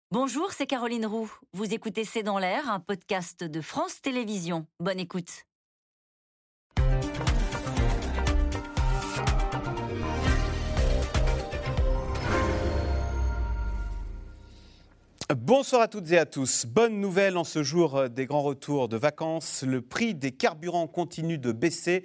Bonjour, c'est Caroline Roux. Vous écoutez C'est dans l'air, un podcast de France Télévisions. Bonne écoute. Bonsoir à toutes et à tous. Bonne nouvelle en ce jour des grands retours de vacances. Le prix des carburants continue de baisser.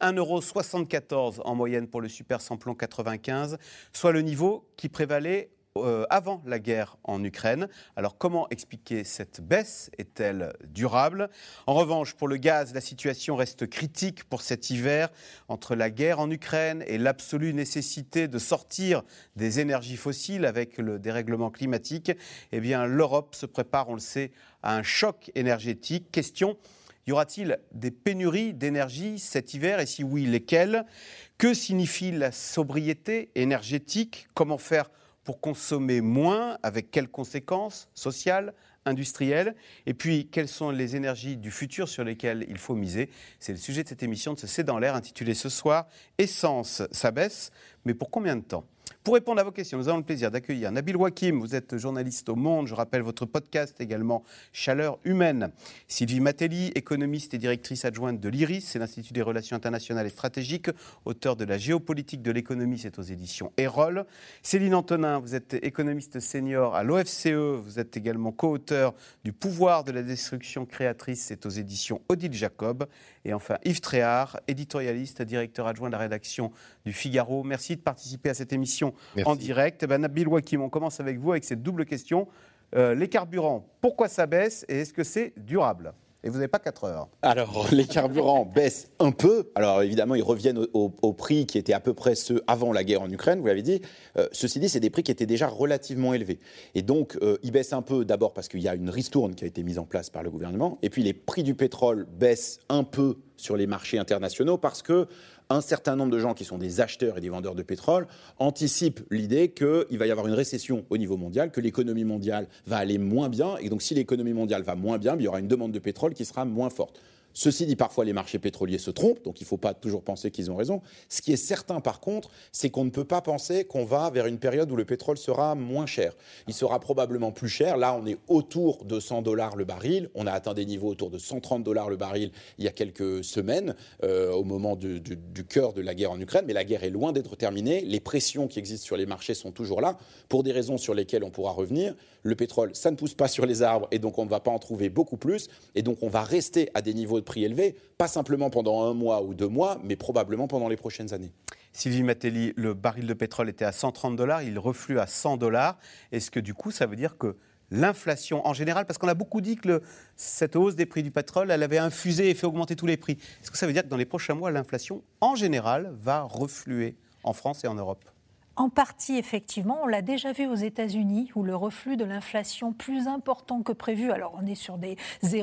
1,74 € en moyenne pour le super samplon 95, soit le niveau qui prévalait avant la guerre en Ukraine. Alors comment expliquer cette baisse? Est-elle durable? En revanche, pour le gaz, la situation reste critique pour cet hiver. Entre la guerre en Ukraine et l'absolue nécessité de sortir des énergies fossiles avec le dérèglement climatique, eh bien, l'Europe se prépare, on le sait, à un choc énergétique. Question: y aura-t-il des pénuries d'énergie cet hiver et si oui, lesquelles? Que signifie la sobriété énergétique? Comment faire pour consommer moins? Avec quelles conséquences sociales, industrielles? Et puis, quelles sont les énergies du futur sur lesquelles il faut miser? C'est le sujet de cette émission de ce C'est dans l'air, intitulée ce soir « Essence, ça baisse, mais pour combien de temps ?» Pour répondre à vos questions, nous avons le plaisir d'accueillir Nabil Wakim. Vous êtes journaliste au Monde. Je rappelle votre podcast également Chaleur humaine. Sylvie Matelli, économiste et directrice adjointe de l'IRIS, c'est l'Institut des relations internationales et stratégiques, auteur de La géopolitique de l'économie, c'est aux éditions Erol. Céline Antonin, vous êtes économiste senior à l'OFCE. Vous êtes également co-auteur du Pouvoir de la destruction créatrice, c'est aux éditions Odile Jacob. Et enfin Yves Tréhard, éditorialiste, directeur adjoint de la rédaction du Figaro. Merci de participer à cette émission. Merci. En direct. Nabil Wakim, on commence avec vous avec cette double question. Les carburants, pourquoi ça baisse et est-ce que c'est durable ? Et vous n'avez pas 4 heures. Alors, les carburants baissent un peu. Alors, évidemment, ils reviennent au prix qui étaient à peu près ceux avant la guerre en Ukraine, vous l'avez dit. Ceci dit, c'est des prix qui étaient déjà relativement élevés. Et donc, ils baissent un peu, d'abord parce qu'il y a une ristourne qui a été mise en place par le gouvernement. Et puis, les prix du pétrole baissent un peu sur les marchés internationaux parce que un certain nombre de gens qui sont des acheteurs et des vendeurs de pétrole anticipent l'idée qu'il va y avoir une récession au niveau mondial, que l'économie mondiale va aller moins bien. Et donc, si l'économie mondiale va moins bien, il y aura une demande de pétrole qui sera moins forte. Ceci dit, parfois, les marchés pétroliers se trompent, donc il ne faut pas toujours penser qu'ils ont raison. Ce qui est certain, par contre, c'est qu'on ne peut pas penser qu'on va vers une période où le pétrole sera moins cher. Il sera probablement plus cher. Là, on est autour de $100 le baril. On a atteint des niveaux autour de $130 le baril il y a quelques semaines, au moment du cœur de la guerre en Ukraine. Mais la guerre est loin d'être terminée. Les pressions qui existent sur les marchés sont toujours là, pour des raisons sur lesquelles on pourra revenir. Le pétrole, ça ne pousse pas sur les arbres, et donc on ne va pas en trouver beaucoup plus. Et donc, on va rester à des niveaux de prix élevés, pas simplement pendant 1 mois ou 2 mois, mais probablement pendant les prochaines années. Sylvie Matelli, le baril de pétrole était à $130, il reflue à $100. Est-ce que du coup, ça veut dire que l'inflation en général, parce qu'on a beaucoup dit que cette hausse des prix du pétrole, elle avait infusé et fait augmenter tous les prix. Est-ce que ça veut dire que dans les prochains mois, l'inflation en général va refluer en France et en Europe ? En partie, effectivement, on l'a déjà vu aux États-Unis, où le reflux de l'inflation plus important que prévu, alors on est sur des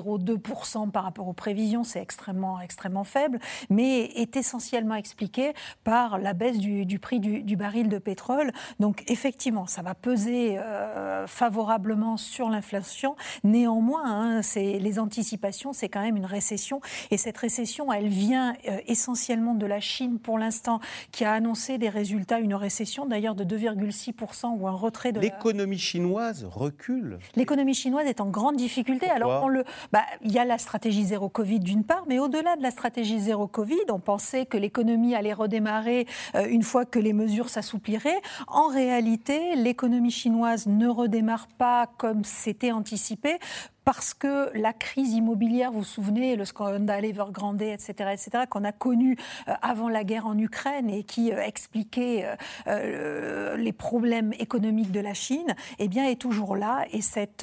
0,2% par rapport aux prévisions, c'est extrêmement faible, mais est essentiellement expliqué par la baisse du prix du baril de pétrole. Donc effectivement, ça va peser favorablement sur l'inflation. Néanmoins, les anticipations, c'est quand même une récession, et cette récession, elle vient essentiellement de la Chine pour l'instant, qui a annoncé des résultats, une récession d'ailleurs de 2,6% ou un retrait de l'économie chinoise recule. L'économie chinoise est en grande difficulté. Pourquoi ? Alors, il y a la stratégie zéro Covid d'une part, mais au-delà de la stratégie zéro Covid, on pensait que l'économie allait redémarrer une fois que les mesures s'assoupliraient. En réalité, l'économie chinoise ne redémarre pas comme c'était anticipé, parce que la crise immobilière, vous vous souvenez, le scandale Evergrande, etc., qu'on a connu avant la guerre en Ukraine et qui expliquait les problèmes économiques de la Chine, eh bien, est toujours là. Et cette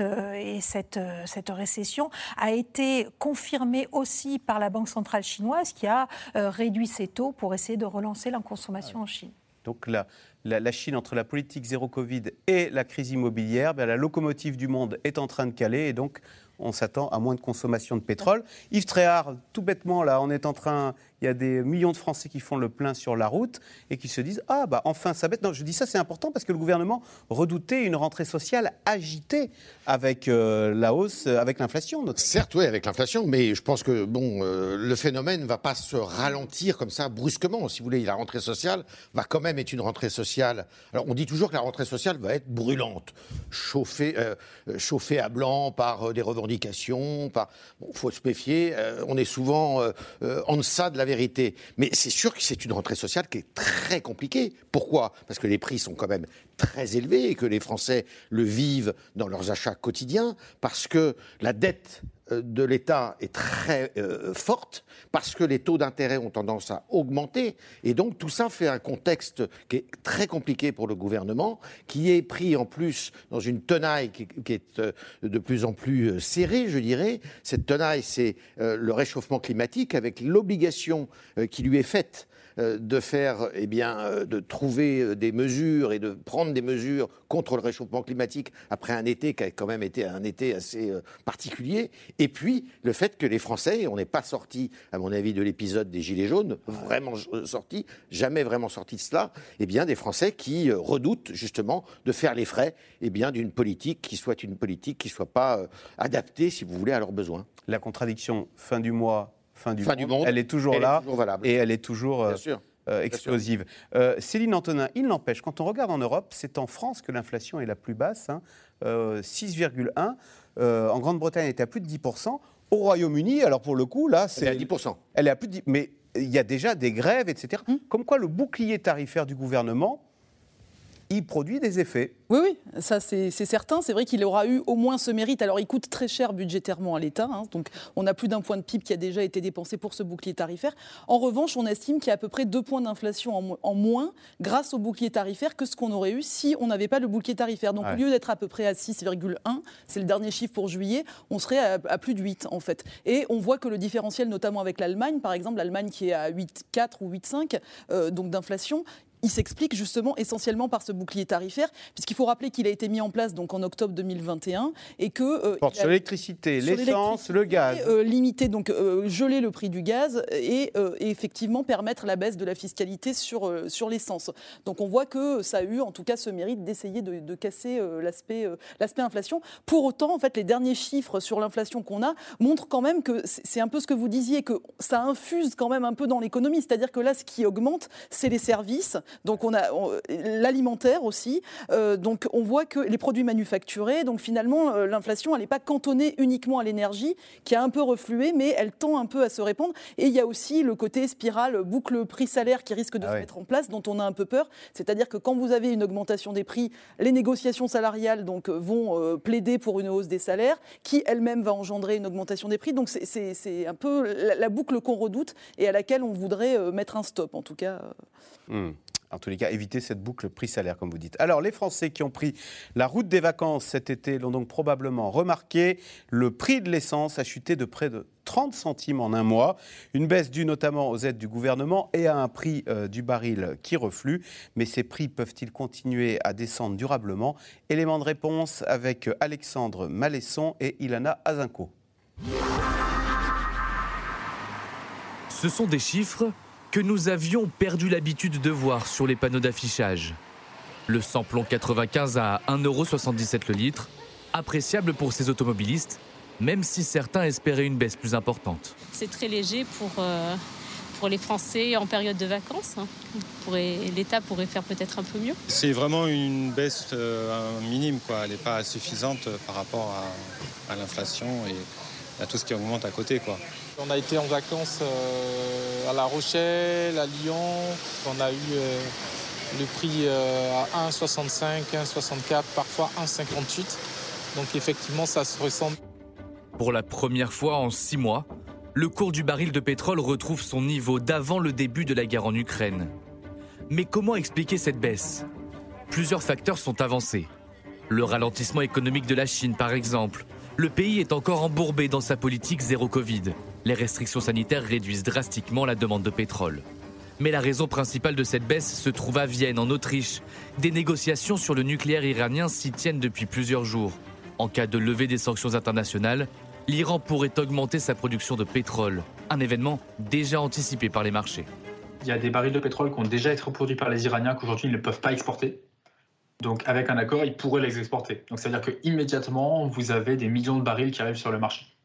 récession a été confirmée aussi par la Banque centrale chinoise qui a réduit ses taux pour essayer de relancer la consommation en Chine. Donc la Chine, entre la politique zéro Covid et la crise immobilière, la locomotive du monde est en train de caler et donc on s'attend à moins de consommation de pétrole. Yves Tréhard, tout bêtement, là, il y a des millions de Français qui font le plein sur la route et qui se disent « Ah, enfin, ça baisse ». Non, je dis ça, c'est important parce que le gouvernement redoutait une rentrée sociale agitée avec la hausse, avec l'inflation. Notamment. Certes, oui, avec l'inflation, mais je pense que le phénomène ne va pas se ralentir comme ça brusquement. Si vous voulez, la rentrée sociale va quand même être une rentrée sociale sociale. Alors, on dit toujours que la rentrée sociale va être brûlante, chauffée à blanc par des revendications. Faut se méfier. On est souvent en deçà de la vérité. Mais c'est sûr que c'est une rentrée sociale qui est très compliquée. Pourquoi ? Parce que les prix sont quand même très élevés et que les Français le vivent dans leurs achats quotidiens, parce que la dette de l'État est très forte, parce que les taux d'intérêt ont tendance à augmenter, et donc tout ça fait un contexte qui est très compliqué pour le gouvernement, qui est pris en plus dans une tenaille qui est de plus en plus serrée, je dirais. Cette tenaille, c'est le réchauffement climatique, avec l'obligation qui lui est faite de faire, de trouver des mesures et de prendre des mesures contre le réchauffement climatique après un été qui a quand même été un été assez particulier. Et puis, le fait que les Français, on n'est pas sorti, à mon avis, de l'épisode des Gilets jaunes, jamais vraiment sorti de cela, des Français qui redoutent justement de faire les frais d'une politique qui soit soit pas adaptée, si vous voulez, à leurs besoins. La contradiction fin du mois, fin du monde, elle est toujours là, et elle est toujours explosive. Céline Antonin, il n'empêche, quand on regarde en Europe, c'est en France que l'inflation est la plus basse, 6,1. En Grande-Bretagne, elle était à plus de 10%. Au Royaume-Uni, alors pour le coup, là, elle est à 10%. Elle est à plus de 10%. Mais il y a déjà des grèves, etc. Comme quoi, le bouclier tarifaire du gouvernement, il produit des effets. Oui, ça c'est certain. C'est vrai qu'il aura eu au moins ce mérite. Alors il coûte très cher budgétairement à l'État. Donc on a plus d'un point de PIB qui a déjà été dépensé pour ce bouclier tarifaire. En revanche, on estime qu'il y a à peu près 2 points d'inflation en moins grâce au bouclier tarifaire que ce qu'on aurait eu si on n'avait pas le bouclier tarifaire. Donc au lieu d'être à peu près à 6,1, c'est le dernier chiffre pour juillet, on serait à plus de 8 en fait. Et on voit que le différentiel, notamment avec l'Allemagne, par exemple, l'Allemagne qui est à 8,4 ou 8,5 donc d'inflation, il s'explique justement essentiellement par ce bouclier tarifaire, puisqu'il faut rappeler qu'il a été mis en place donc en octobre 2021 et que porte sur l'électricité, l'essence, le gaz, limiter donc geler le prix du gaz et effectivement permettre la baisse de la fiscalité sur l'essence. Donc on voit que ça a eu en tout cas ce mérite d'essayer de casser l'aspect inflation. Pour autant, en fait, les derniers chiffres sur l'inflation qu'on a montrent quand même que c'est un peu ce que vous disiez, que ça infuse quand même un peu dans l'économie, c'est-à-dire que là, ce qui augmente, c'est les services. Donc on a l'alimentaire aussi, donc on voit que les produits manufacturés, donc finalement l'inflation elle n'est pas cantonnée uniquement à l'énergie qui a un peu reflué, mais elle tend un peu à se répandre. Et il y a aussi le côté spirale boucle prix-salaire qui risque de se mettre en place, dont on a un peu peur, c'est-à-dire que quand vous avez une augmentation des prix, les négociations salariales donc vont plaider pour une hausse des salaires qui elle-même va engendrer une augmentation des prix. Donc c'est un peu la boucle qu'on redoute et à laquelle on voudrait mettre un stop en tout cas. En tous les cas, éviter cette boucle prix-salaire, comme vous dites. Alors, les Français qui ont pris la route des vacances cet été l'ont donc probablement remarqué. Le prix de l'essence a chuté de près de 30 centimes en un mois. Une baisse due notamment aux aides du gouvernement et à un prix du baril qui reflue. Mais ces prix peuvent-ils continuer à descendre durablement ? Élément de réponse avec Alexandre Malesson et Ilana Azinko. Ce sont des chiffres que nous avions perdu l'habitude de voir sur les panneaux d'affichage. Le samplon 95 à 1,77 € le litre, appréciable pour ces automobilistes, même si certains espéraient une baisse plus importante. C'est très léger pour les Français en période de vacances. L'État pourrait faire peut-être un peu mieux. C'est vraiment une baisse minime, quoi. Elle n'est pas suffisante par rapport à l'inflation et à tout ce qui augmente à côté, quoi. On a été en vacances à La Rochelle, à Lyon. On a eu le prix à 1,65, 1,64, parfois 1,58. Donc effectivement, ça se ressent. Pour la première fois en 6 mois, le cours du baril de pétrole retrouve son niveau d'avant le début de la guerre en Ukraine. Mais comment expliquer cette baisse ? Plusieurs facteurs sont avancés. Le ralentissement économique de la Chine, par exemple. Le pays est encore embourbé dans sa politique zéro Covid. Les restrictions sanitaires réduisent drastiquement la demande de pétrole. Mais la raison principale de cette baisse se trouve à Vienne, en Autriche. Des négociations sur le nucléaire iranien s'y tiennent depuis plusieurs jours. En cas de levée des sanctions internationales, l'Iran pourrait augmenter sa production de pétrole. Un événement déjà anticipé par les marchés. Il y a des barils de pétrole qui ont déjà été produits par les Iraniens qu'aujourd'hui ils ne peuvent pas exporter. Donc avec un accord, ils pourraient les exporter. Donc c'est-à-dire qu'immédiatement, vous avez des millions de barils qui arrivent sur le marché.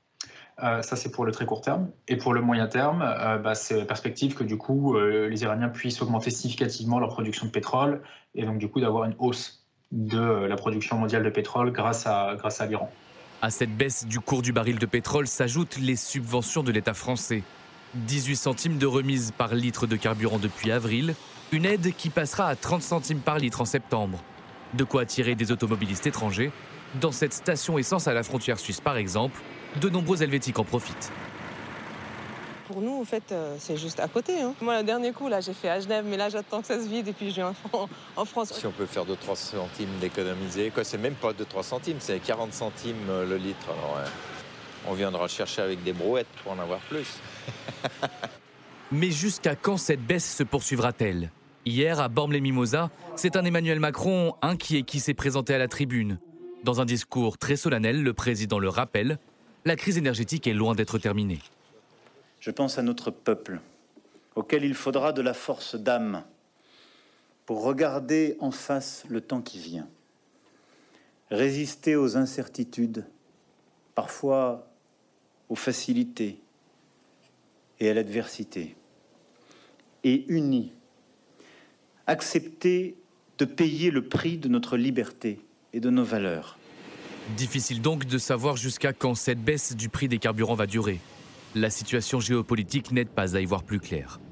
Ça, c'est pour le très court terme. Et pour le moyen terme, c'est la perspective que du coup, les Iraniens puissent augmenter significativement leur production de pétrole et donc du coup d'avoir une hausse de la production mondiale de pétrole grâce à l'Iran. À cette baisse du cours du baril de pétrole s'ajoutent les subventions de l'État français. 18 centimes de remise par litre de carburant depuis avril, une aide qui passera à 30 centimes par litre en septembre. De quoi attirer des automobilistes étrangers. Dans cette station essence à la frontière suisse par exemple, de nombreux Helvétiques en profitent. Pour nous, en fait, c'est juste à côté. Moi, le dernier coup, là, j'ai fait à Genève, mais là, j'attends que ça se vide et puis je viens en France. Si on peut faire 2-3 centimes d'économiser, c'est même pas 2-3 centimes, c'est 40 centimes le litre. Alors, on viendra chercher avec des brouettes pour en avoir plus. Mais jusqu'à quand cette baisse se poursuivra-t-elle ? Hier, à Bormes-les-Mimosas, c'est un Emmanuel Macron inquiet qui s'est présenté à la tribune. Dans un discours très solennel, le président le rappelle, la crise énergétique est loin d'être terminée. Je pense à notre peuple, auquel il faudra de la force d'âme pour regarder en face le temps qui vient, résister aux incertitudes, parfois aux facilités et à l'adversité, et unis, accepter de payer le prix de notre liberté et de nos valeurs. Difficile donc de savoir jusqu'à quand cette baisse du prix des carburants va durer. La situation géopolitique n'aide pas à y voir plus clair.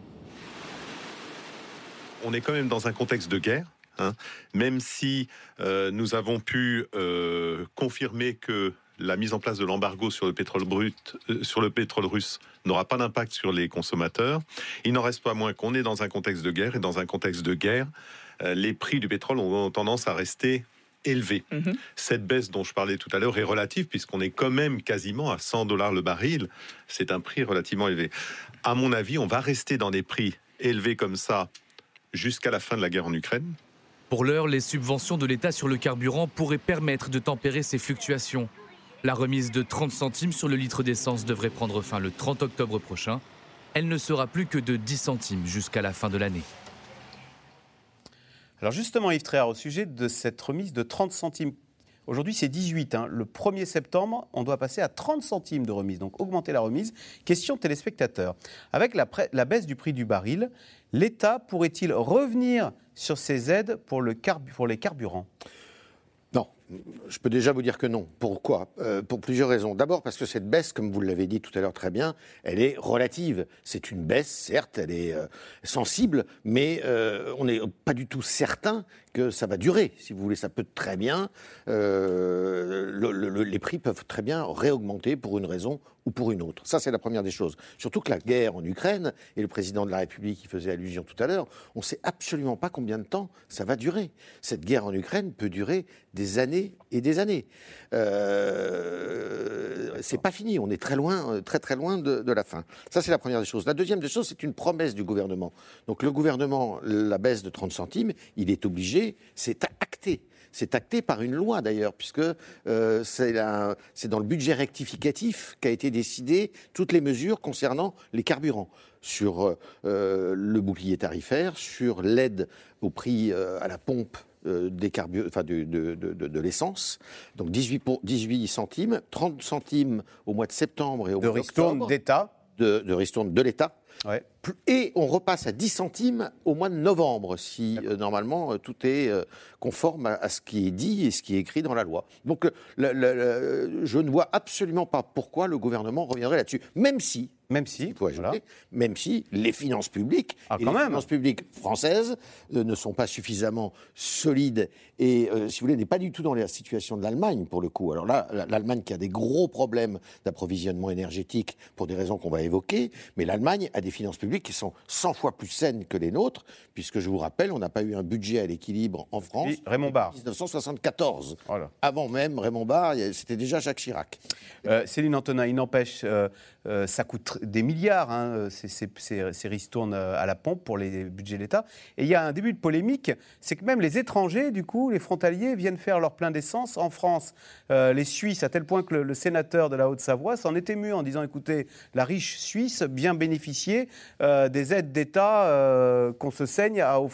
On est quand même dans un contexte de guerre, même si nous avons pu confirmer que la mise en place de l'embargo sur le pétrole brut, sur le pétrole russe, n'aura pas d'impact sur les consommateurs. Il n'en reste pas moins qu'on est dans un contexte de guerre, et dans un contexte de guerre, les prix du pétrole ont tendance à rester élevés. Cette baisse dont je parlais tout à l'heure est relative, puisqu'on est quand même quasiment à $100 le baril. C'est un prix relativement élevé. À mon avis, on va rester dans des prix élevés comme ça jusqu'à la fin de la guerre en Ukraine. Pour l'heure, les subventions de l'État sur le carburant pourraient permettre de tempérer ces fluctuations. La remise de 30 centimes sur le litre d'essence devrait prendre fin le 30 octobre prochain. Elle ne sera plus que de 10 centimes jusqu'à la fin de l'année. Alors justement, Yves Tréhard, au sujet de cette remise de 30 centimes, aujourd'hui c'est 18, le 1er septembre, on doit passer à 30 centimes de remise, donc augmenter la remise. Question téléspectateurs. Avec la baisse du prix du baril, l'État pourrait-il revenir sur ces aides pour les carburants ? Non, je peux déjà vous dire que non. Pourquoi ? Pour plusieurs raisons. D'abord parce que cette baisse, comme vous l'avez dit tout à l'heure très bien, elle est relative. C'est une baisse, certes, elle est sensible, mais on n'est pas du tout certain que ça va durer. Si vous voulez, ça peut très bien, les prix peuvent très bien réaugmenter pour une raison ou pour une autre. Ça, c'est la première des choses. Surtout que la guerre en Ukraine, et le président de la République y faisait allusion tout à l'heure, on ne sait absolument pas combien de temps ça va durer. Cette guerre en Ukraine peut durer des années et des années. C'est pas fini, on est très loin, très très loin de la fin. Ça, c'est la première des choses. La deuxième des choses, c'est une promesse du gouvernement. Donc le gouvernement, la baisse de 30 centimes, il est obligé, c'est acté. C'est acté par une loi d'ailleurs, puisque c'est dans le budget rectificatif qu'a été décidé toutes les mesures concernant les carburants, sur le bouclier tarifaire, sur l'aide au prix à la pompe de l'essence, donc 18 centimes, 30 centimes au mois de septembre et au mois d'octobre. De ristourne de l'État. Ouais. Et on repasse à 10 centimes au mois de novembre, si normalement tout est conforme à ce qui est dit et ce qui est écrit dans la loi. Donc je ne vois absolument pas pourquoi le gouvernement reviendrait là-dessus, même si les finances publiques finances publiques françaises ne sont pas suffisamment solides et, si vous voulez, n'est pas du tout dans la situation de l'Allemagne, pour le coup. Alors là, l'Allemagne qui a des gros problèmes d'approvisionnement énergétique pour des raisons qu'on va évoquer, mais l'Allemagne a des finances publiques qui sont 100 fois plus saines que les nôtres, puisque je vous rappelle, on n'a pas eu un budget à l'équilibre en France en 1974. Voilà. Avant même Raymond Barre, c'était déjà Jacques Chirac. Céline Antonin, il n'empêche, ça coûte des milliards, ces ristournes à la pompe pour les budgets de l'État. Et il y a un début de polémique, c'est que même les étrangers, du coup, les frontaliers, viennent faire leur plein d'essence en France. Les Suisses, à tel point que le sénateur de la Haute-Savoie s'en est ému en disant, écoutez, la riche Suisse bien bénéficier des aides d'État qu'on se saigne à offrir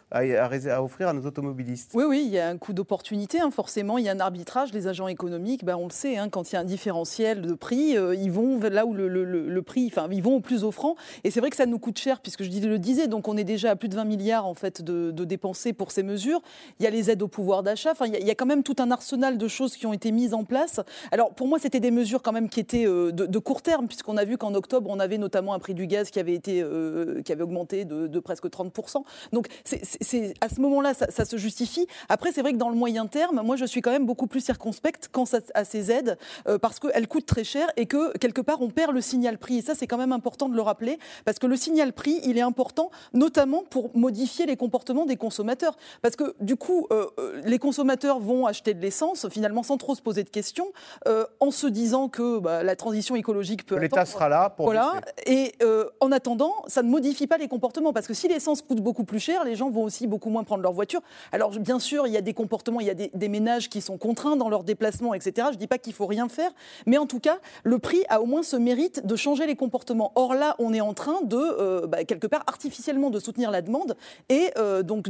à offrir à nos automobilistes. Oui, il y a un coût d'opportunité, forcément, il y a un arbitrage. Les agents économiques, on le sait, quand il y a un différentiel de prix, ils vont là où le prix, ils vont au plus offrant. Et c'est vrai que ça nous coûte cher, puisque je le disais, donc on est déjà à plus de 20 milliards en fait, de dépensés pour ces mesures. Il y a les aides au pouvoir d'achat, il y a quand même tout un arsenal de choses qui ont été mises en place. Alors pour moi, c'était des mesures quand même qui étaient de court terme, puisqu'on a vu qu'en octobre, on avait notamment un prix du gaz qui avait augmenté de presque 30%. Donc c'est à ce moment-là, ça se justifie. Après, c'est vrai que dans le moyen terme, moi, je suis quand même beaucoup plus circonspecte quant à ces aides, parce qu'elles coûtent très cher et que, quelque part, on perd le signal prix. Et ça, c'est quand même important de le rappeler, parce que le signal prix, il est important, notamment pour modifier les comportements des consommateurs. Parce que, du coup, les consommateurs vont acheter de l'essence, finalement, sans trop se poser de questions, en se disant que la transition écologique peut attendre. L'État sera là pour baisser. Et en attendant, ça ne modifie pas les comportements, parce que si l'essence coûte beaucoup plus cher, les gens vont aussi beaucoup moins prendre leur voiture. Alors, bien sûr, il y a des comportements, il y a des ménages qui sont contraints dans leurs déplacements, etc. Je ne dis pas qu'il ne faut rien faire, mais en tout cas, le prix a au moins ce mérite de changer les comportements. Or là, on est en train de, quelque part, artificiellement de soutenir la demande et donc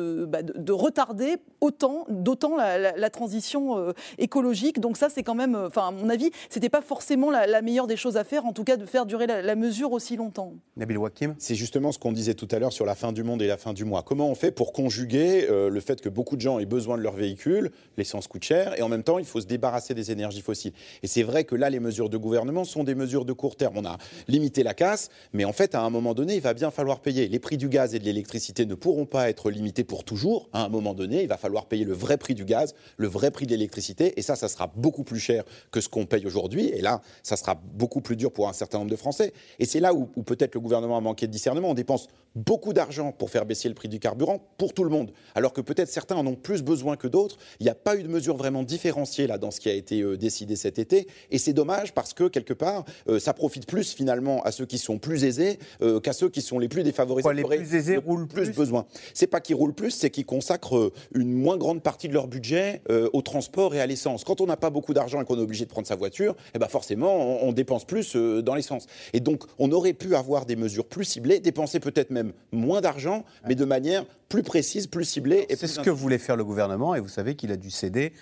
de retarder d'autant la transition écologique. Donc ça, c'est quand même, à mon avis, ce n'était pas forcément la meilleure des choses à faire, en tout cas de faire durer la mesure aussi longtemps. Nabil Wakim. C'est justement ce qu'on disait tout à l'heure sur la fin du monde et la fin du mois. Comment on fait pour conjuguer le fait que beaucoup de gens aient besoin de leur véhicule, l'essence coûte cher, et en même temps, il faut se débarrasser des énergies fossiles. Et c'est vrai que là, les mesures de gouvernement sont des mesures de court terme. On a limité la casse, mais en fait, à un moment donné, il va bien falloir payer. Les prix du gaz et de l'électricité ne pourront pas être limités pour toujours. À un moment donné, il va falloir payer le vrai prix du gaz, le vrai prix de l'électricité, et ça sera beaucoup plus cher que ce qu'on paye aujourd'hui. Et là, ça sera beaucoup plus dur pour un certain nombre de Français. Et c'est là où peut-être le gouvernement a manqué de discernement. On dépense beaucoup d'argent pour faire baisser le prix du carburant pour tout le monde, alors que peut-être certains en ont plus besoin que d'autres. Il n'y a pas eu de mesure vraiment différenciée là, dans ce qui a été décidé cet été. Et c'est dommage parce que, quelque part, ça profite plus finalement à ceux qui sont plus aisés qu'à ceux qui sont les plus défavorisés. Les plus aisés roulent plus besoin. C'est pas qu'ils roulent plus, c'est qu'ils consacrent une moins grande partie de leur budget au transport et à l'essence. Quand on n'a pas beaucoup d'argent et qu'on est obligé de prendre sa voiture, forcément, on dépense plus dans l'essence. Et donc, on aurait pu avoir des mesures plus ciblées, dépenser peut-être même moins d'argent, mais de manière plus précise, plus ciblée. C'est ce que voulait faire le gouvernement, et vous savez qu'il a dû céder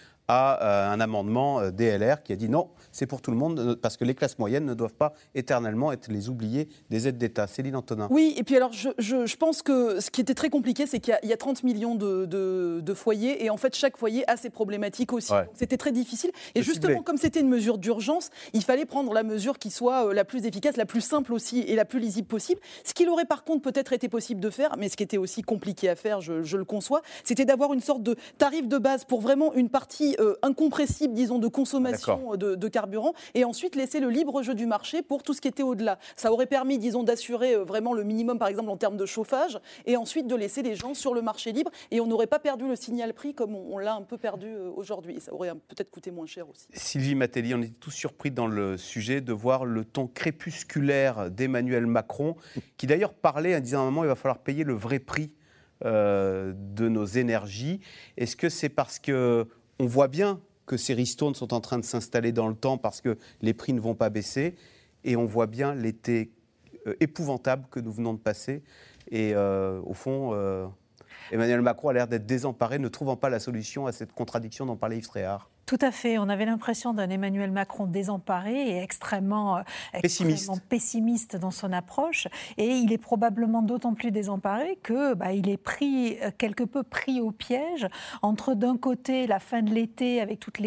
à un amendement DLR qui a dit non, c'est pour tout le monde, parce que les classes moyennes ne doivent pas éternellement être les oubliées des aides d'État. Céline Antonin. Oui, et puis alors je pense que ce qui était très compliqué, c'est qu'il y a 30 millions de foyers, et en fait chaque foyer a ses problématiques aussi. Ouais. C'était très difficile. Et justement, comme c'était une mesure d'urgence, il fallait prendre la mesure qui soit la plus efficace, la plus simple aussi, et la plus lisible possible. Ce qu'il aurait par contre peut-être été possible de faire, mais ce qui était aussi compliqué à faire, je le conçois, c'était d'avoir une sorte de tarif de base pour vraiment une partie incompressible, disons, de consommation de carburant, et ensuite laisser le libre jeu du marché pour tout ce qui était au-delà. Ça aurait permis, disons, d'assurer vraiment le minimum, par exemple, en termes de chauffage, et ensuite de laisser les gens sur le marché libre, et on n'aurait pas perdu le signal prix comme on l'a un peu perdu aujourd'hui. Et ça aurait peut-être coûté moins cher aussi. Sylvie Matelli, on est tous surpris dans le sujet de voir le ton crépusculaire d'Emmanuel Macron, qui d'ailleurs parlait en disant à un moment il va falloir payer le vrai prix de nos énergies. Est-ce que c'est parce que on voit bien que ces ristournes sont en train de s'installer dans le temps parce que les prix ne vont pas baisser, et on voit bien l'été épouvantable que nous venons de passer, et au fond, Emmanuel Macron a l'air d'être désemparé, ne trouvant pas la solution à cette contradiction dont parlait Yves Tréhard. Tout à fait. On avait l'impression d'un Emmanuel Macron désemparé et extrêmement pessimiste dans son approche. Et il est probablement d'autant plus désemparé qu'il est quelque peu pris au piège entre, d'un côté, la fin de l'été avec tout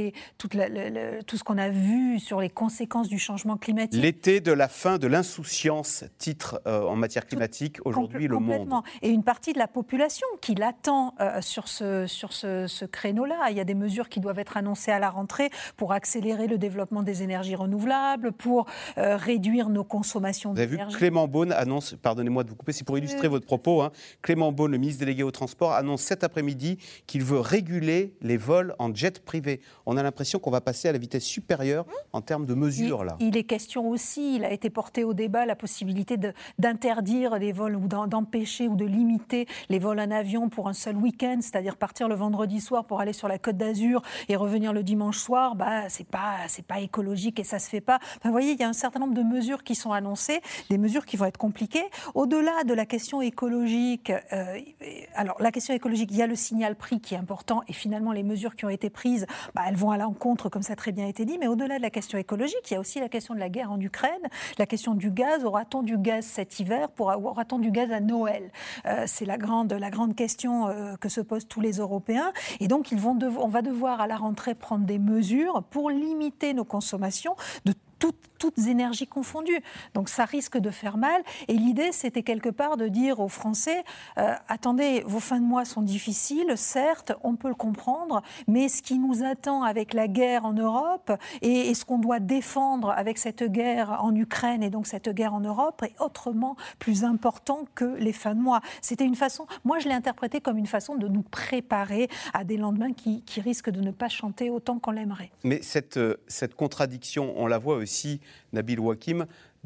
ce qu'on a vu sur les conséquences du changement climatique. L'été de la fin de l'insouciance, titre en matière climatique, aujourd'hui Le Monde. Et une partie de la population qui l'attend sur ce créneau-là. Il y a des mesures qui doivent être annoncées à la rentrée pour accélérer le développement des énergies renouvelables, pour réduire nos consommations d'énergie. Vous avez vu, Clément Beaune annonce, pardonnez-moi de vous couper, c'est pour illustrer votre propos, Clément Beaune, le ministre délégué au transport, annonce cet après-midi qu'il veut réguler les vols en jet privé. On a l'impression qu'on va passer à la vitesse supérieure en termes de mesures. Il est question aussi, il a été porté au débat, la possibilité d'interdire les vols ou d'empêcher ou de limiter les vols en avion pour un seul week-end, c'est-à-dire partir le vendredi soir pour aller sur la Côte d'Azur et revenir le le dimanche soir, c'est pas écologique et ça se fait pas. Enfin, vous voyez, il y a un certain nombre de mesures qui sont annoncées, des mesures qui vont être compliquées. Au-delà de la question écologique, alors la question écologique, il y a le signal prix qui est important et finalement les mesures qui ont été prises, elles vont à l'encontre, comme ça a très bien été dit. Mais au-delà de la question écologique, il y a aussi la question de la guerre en Ukraine, la question du gaz. Aura-t-on du gaz cet hiver? Aura-t-on du gaz à Noël? C'est la grande question que se posent tous les Européens. Et donc, on va devoir à la rentrée prendre des mesures pour limiter nos consommations de toutes énergies confondues. Donc ça risque de faire mal. Et l'idée, c'était quelque part de dire aux Français, attendez, vos fins de mois sont difficiles, certes, on peut le comprendre, mais ce qui nous attend avec la guerre en Europe et ce qu'on doit défendre avec cette guerre en Ukraine et donc cette guerre en Europe est autrement plus important que les fins de mois. C'était une façon, moi je l'ai interprété comme une façon de nous préparer à des lendemains qui risquent de ne pas chanter autant qu'on l'aimerait. Mais cette contradiction, on la voit aussi, Nabil Wakim,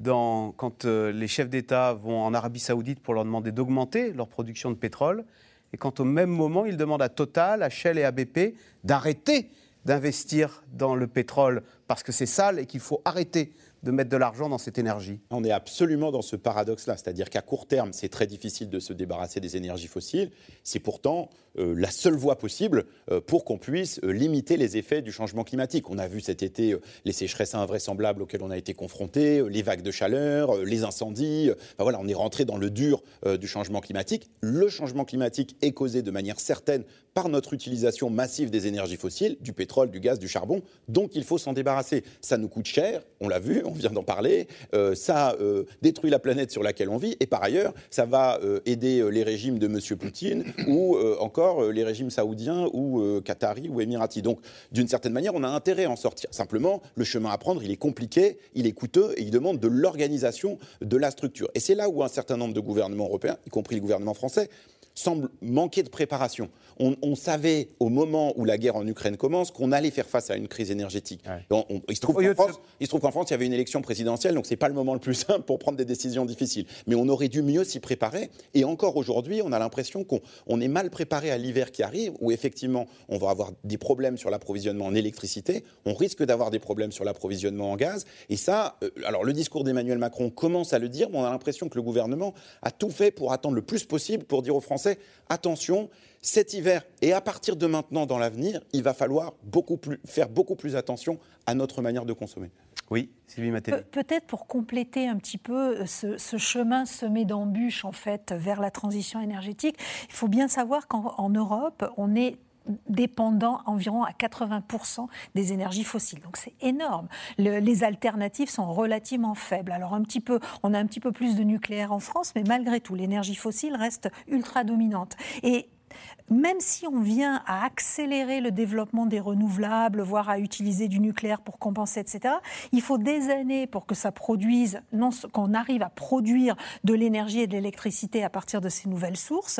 quand les chefs d'État vont en Arabie Saoudite pour leur demander d'augmenter leur production de pétrole, et quand au même moment, ils demandent à Total, à Shell et à BP d'arrêter d'investir dans le pétrole parce que c'est sale et qu'il faut arrêter de mettre de l'argent dans cette énergie. On est absolument dans ce paradoxe-là, c'est-à-dire qu'à court terme, c'est très difficile de se débarrasser des énergies fossiles. C'est pourtant la seule voie possible pour qu'on puisse limiter les effets du changement climatique. On a vu cet été les sécheresses invraisemblables auxquelles on a été confrontés, les vagues de chaleur, les incendies. Enfin, voilà, on est rentré dans le dur du changement climatique. Le changement climatique est causé de manière certaine par notre utilisation massive des énergies fossiles, du pétrole, du gaz, du charbon, donc il faut s'en débarrasser. Ça nous coûte cher, on l'a vu, on vient d'en parler, ça détruit la planète sur laquelle on vit, et par ailleurs, ça va aider les régimes de M. Poutine ou encore les régimes saoudiens ou qataris ou émiratis. Donc, d'une certaine manière, on a intérêt à en sortir. Simplement, le chemin à prendre, il est compliqué, il est coûteux, et il demande de l'organisation de la structure. Et c'est là où un certain nombre de gouvernements européens, y compris le gouvernement français, semble manquer de préparation. On savait au moment où la guerre en Ukraine commence qu'on allait faire face à une crise énergétique. Ouais. Il se trouve qu'en France, il y avait une élection présidentielle, donc ce n'est pas le moment le plus simple pour prendre des décisions difficiles. Mais on aurait dû mieux s'y préparer. Et encore aujourd'hui, on a l'impression qu'on est mal préparé à l'hiver qui arrive, où effectivement, on va avoir des problèmes sur l'approvisionnement en électricité, on risque d'avoir des problèmes sur l'approvisionnement en gaz. Et ça, alors le discours d'Emmanuel Macron commence à le dire, mais on a l'impression que le gouvernement a tout fait pour attendre le plus possible pour dire aux Français, attention, cet hiver et à partir de maintenant dans l'avenir, il va falloir faire beaucoup plus attention à notre manière de consommer. Oui, Sylvie Matteli. Peut-être pour compléter un petit peu ce chemin semé d'embûches en fait vers la transition énergétique, il faut bien savoir qu'en Europe, on est dépendant environ à 80% des énergies fossiles. Donc c'est énorme. Les alternatives sont relativement faibles. Alors on a un petit peu plus de nucléaire en France, mais malgré tout, l'énergie fossile reste ultra dominante. Et même si on vient à accélérer le développement des renouvelables, voire à utiliser du nucléaire pour compenser, etc., il faut des années pour que ça produise, qu'on arrive à produire de l'énergie et de l'électricité à partir de ces nouvelles sources,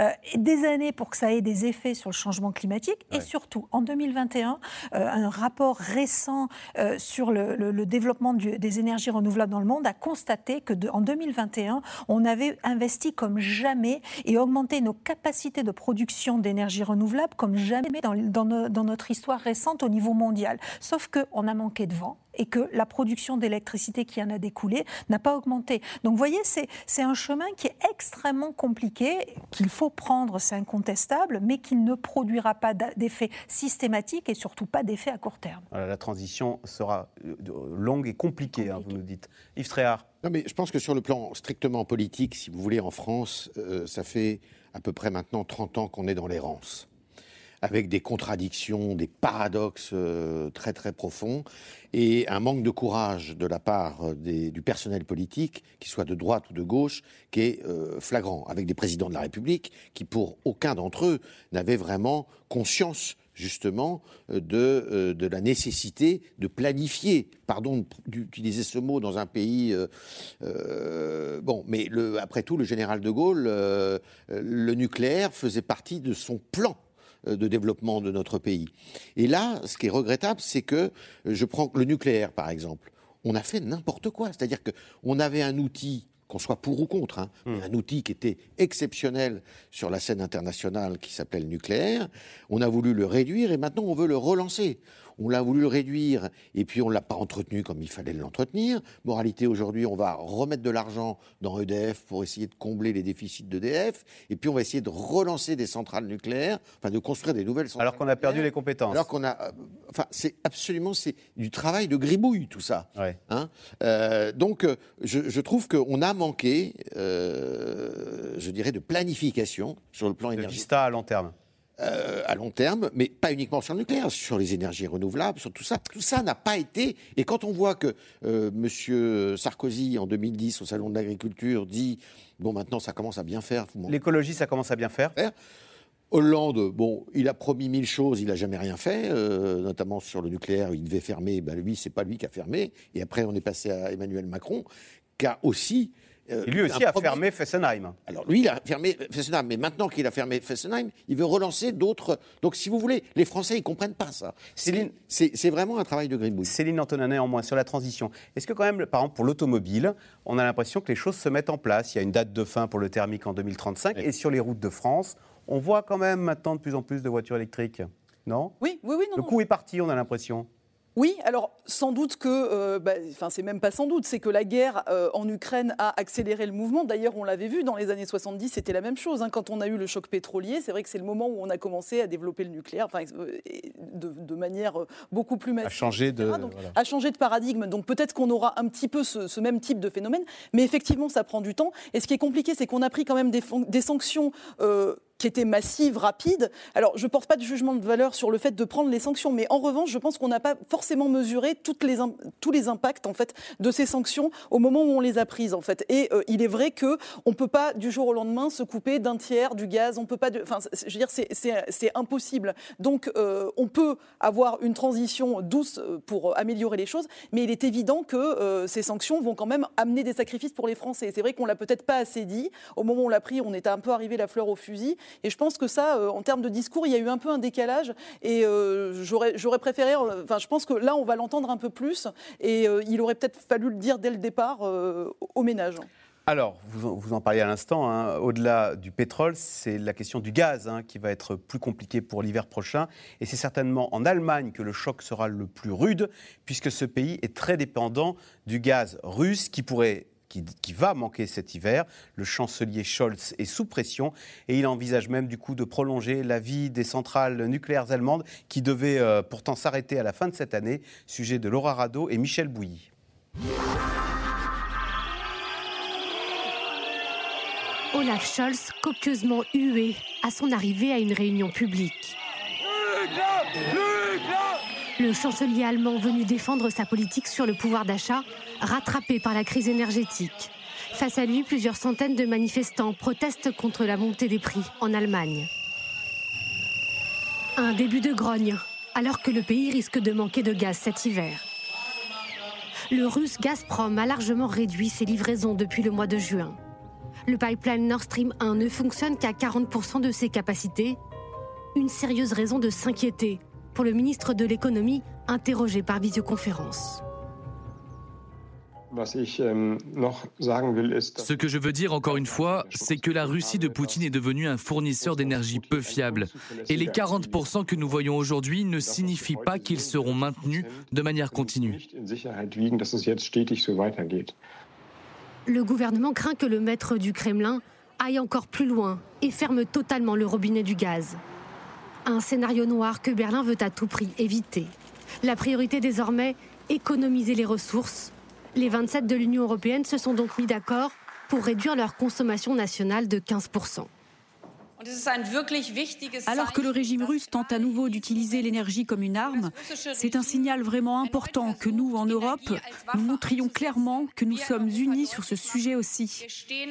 des années pour que ça ait des effets sur le changement climatique, et surtout, en 2021, un rapport récent sur le développement des énergies renouvelables dans le monde a constaté qu'en 2021, on avait investi comme jamais et augmenté nos capacités de production d'énergie renouvelable comme jamais dans notre histoire récente au niveau mondial. Sauf qu'on a manqué de vent et que la production d'électricité qui en a découlé n'a pas augmenté. Donc vous voyez, c'est un chemin qui est extrêmement compliqué, qu'il faut prendre, c'est incontestable, mais qui ne produira pas d'effet systématique et surtout pas d'effet à court terme. Voilà, la transition sera longue et compliquée, hein, vous nous dites. Yves Tréhard. Non, mais je pense que sur le plan strictement politique, si vous voulez, en France, ça fait à peu près maintenant 30 ans qu'on est dans l'errance, avec des contradictions, des paradoxes très très profonds, et un manque de courage de la part du personnel politique, qu'il soit de droite ou de gauche, qui est flagrant, avec des présidents de la République qui, pour aucun d'entre eux, n'avaient vraiment conscience justement de la nécessité de planifier, pardon d'utiliser ce mot dans un pays... mais après tout, le général de Gaulle, le nucléaire faisait partie de son plan de développement de notre pays. Et là, ce qui est regrettable, c'est que, je prends le nucléaire par exemple, on a fait n'importe quoi. C'est-à-dire qu'on avait un outil qu'on soit pour ou contre, un outil qui était exceptionnel sur la scène internationale qui s'appelait le nucléaire. On a voulu le réduire et maintenant on veut le relancer. On l'a voulu le réduire et puis on ne l'a pas entretenu comme il fallait l'entretenir. Moralité, aujourd'hui, on va remettre de l'argent dans EDF pour essayer de combler les déficits d'EDF et puis on va essayer de relancer des centrales nucléaires, enfin de construire des nouvelles centrales. Alors qu'on a perdu les compétences. Alors qu'on a... c'est du travail de gribouille, tout ça. Ouais. Donc, je trouve qu'on a manqué, je dirais, de planification sur le plan énergétique. De vista à long terme. À long terme, mais pas uniquement sur le nucléaire, sur les énergies renouvelables, sur tout ça. Tout ça n'a pas été... Et quand on voit que M. Sarkozy, en 2010, au Salon de l'Agriculture, dit « Bon, maintenant, ça commence à bien faire. » L'écologie, ça commence à bien faire. Hollande, bon, il a promis 1000 choses, il n'a jamais rien fait, notamment sur le nucléaire, il devait fermer. Lui, c'est pas lui qui a fermé. Et après, on est passé à Emmanuel Macron, qui a aussi... Et lui aussi a fermé Fessenheim. Alors lui, il a fermé Fessenheim, mais maintenant qu'il a fermé Fessenheim, il veut relancer d'autres. Donc si vous voulez, les Français, ils ne comprennent pas ça. C'est vraiment un travail de gribouille. Céline Antonin, néanmoins, sur la transition, est-ce que quand même, par exemple, pour l'automobile, on a l'impression que les choses se mettent en place? Il y a une date de fin pour le thermique en 2035, et sur les routes de France, on voit quand même maintenant de plus en plus de voitures électriques, non? Oui, non. Le coup est parti, on a l'impression. Oui, alors sans doute que, c'est même pas sans doute, c'est que la guerre en Ukraine a accéléré le mouvement. D'ailleurs, on l'avait vu dans les années 70, c'était la même chose. Quand on a eu le choc pétrolier, c'est vrai que c'est le moment où on a commencé à développer le nucléaire, de manière beaucoup plus massive. À changer de paradigme. Donc peut-être qu'on aura un petit peu ce même type de phénomène, mais effectivement, ça prend du temps. Et ce qui est compliqué, c'est qu'on a pris quand même des sanctions qui étaient massives, rapides. Alors, je ne porte pas de jugement de valeur sur le fait de prendre les sanctions, mais en revanche, je pense qu'on n'a pas forcément mesuré tous les impacts en fait, de ces sanctions au moment où on les a prises. En fait. Et il est vrai qu'on ne peut pas, du jour au lendemain, se couper d'un tiers du gaz. On peut pas je veux dire, c'est impossible. Donc, on peut avoir une transition douce pour améliorer les choses, mais il est évident que ces sanctions vont quand même amener des sacrifices pour les Français. C'est vrai qu'on ne l'a peut-être pas assez dit. Au moment où on l'a pris, on était un peu arrivé la fleur au fusil. Et je pense que ça, en termes de discours, il y a eu un peu un décalage. Et j'aurais préféré... je pense que là, on va l'entendre un peu plus. Et il aurait peut-être fallu le dire dès le départ aux ménages. Alors, vous en parliez à l'instant, au-delà du pétrole, c'est la question du gaz qui va être plus compliquée pour l'hiver prochain. Et c'est certainement en Allemagne que le choc sera le plus rude, puisque ce pays est très dépendant du gaz russe qui va manquer cet hiver. Le chancelier Scholz est sous pression et il envisage même du coup de prolonger la vie des centrales nucléaires allemandes qui devaient pourtant s'arrêter à la fin de cette année. Sujet de Laura Rado et Michel Bouilly. Olaf Scholz, copieusement hué à son arrivée à une réunion publique. Le chancelier allemand venu défendre sa politique sur le pouvoir d'achat, rattrapé par la crise énergétique. Face à lui, plusieurs centaines de manifestants protestent contre la montée des prix en Allemagne. Un début de grogne, alors que le pays risque de manquer de gaz cet hiver. Le russe Gazprom a largement réduit ses livraisons depuis le mois de juin. Le pipeline Nord Stream 1 ne fonctionne qu'à 40% de ses capacités. Une sérieuse raison de s'inquiéter pour le ministre de l'économie, interrogé par visioconférence. Ce que je veux dire encore une fois, c'est que la Russie de Poutine est devenue un fournisseur d'énergie peu fiable. Et les 40% que nous voyons aujourd'hui ne signifient pas qu'ils seront maintenus de manière continue. Le gouvernement craint que le maître du Kremlin aille encore plus loin et ferme totalement le robinet du gaz. Un scénario noir que Berlin veut à tout prix éviter. La priorité désormais, économiser les ressources. Les 27 de l'Union européenne se sont donc mis d'accord pour réduire leur consommation nationale de 15%. Alors que le régime russe tente à nouveau d'utiliser l'énergie comme une arme, c'est un signal vraiment important que nous, en Europe, nous montrions clairement que nous sommes unis sur ce sujet aussi.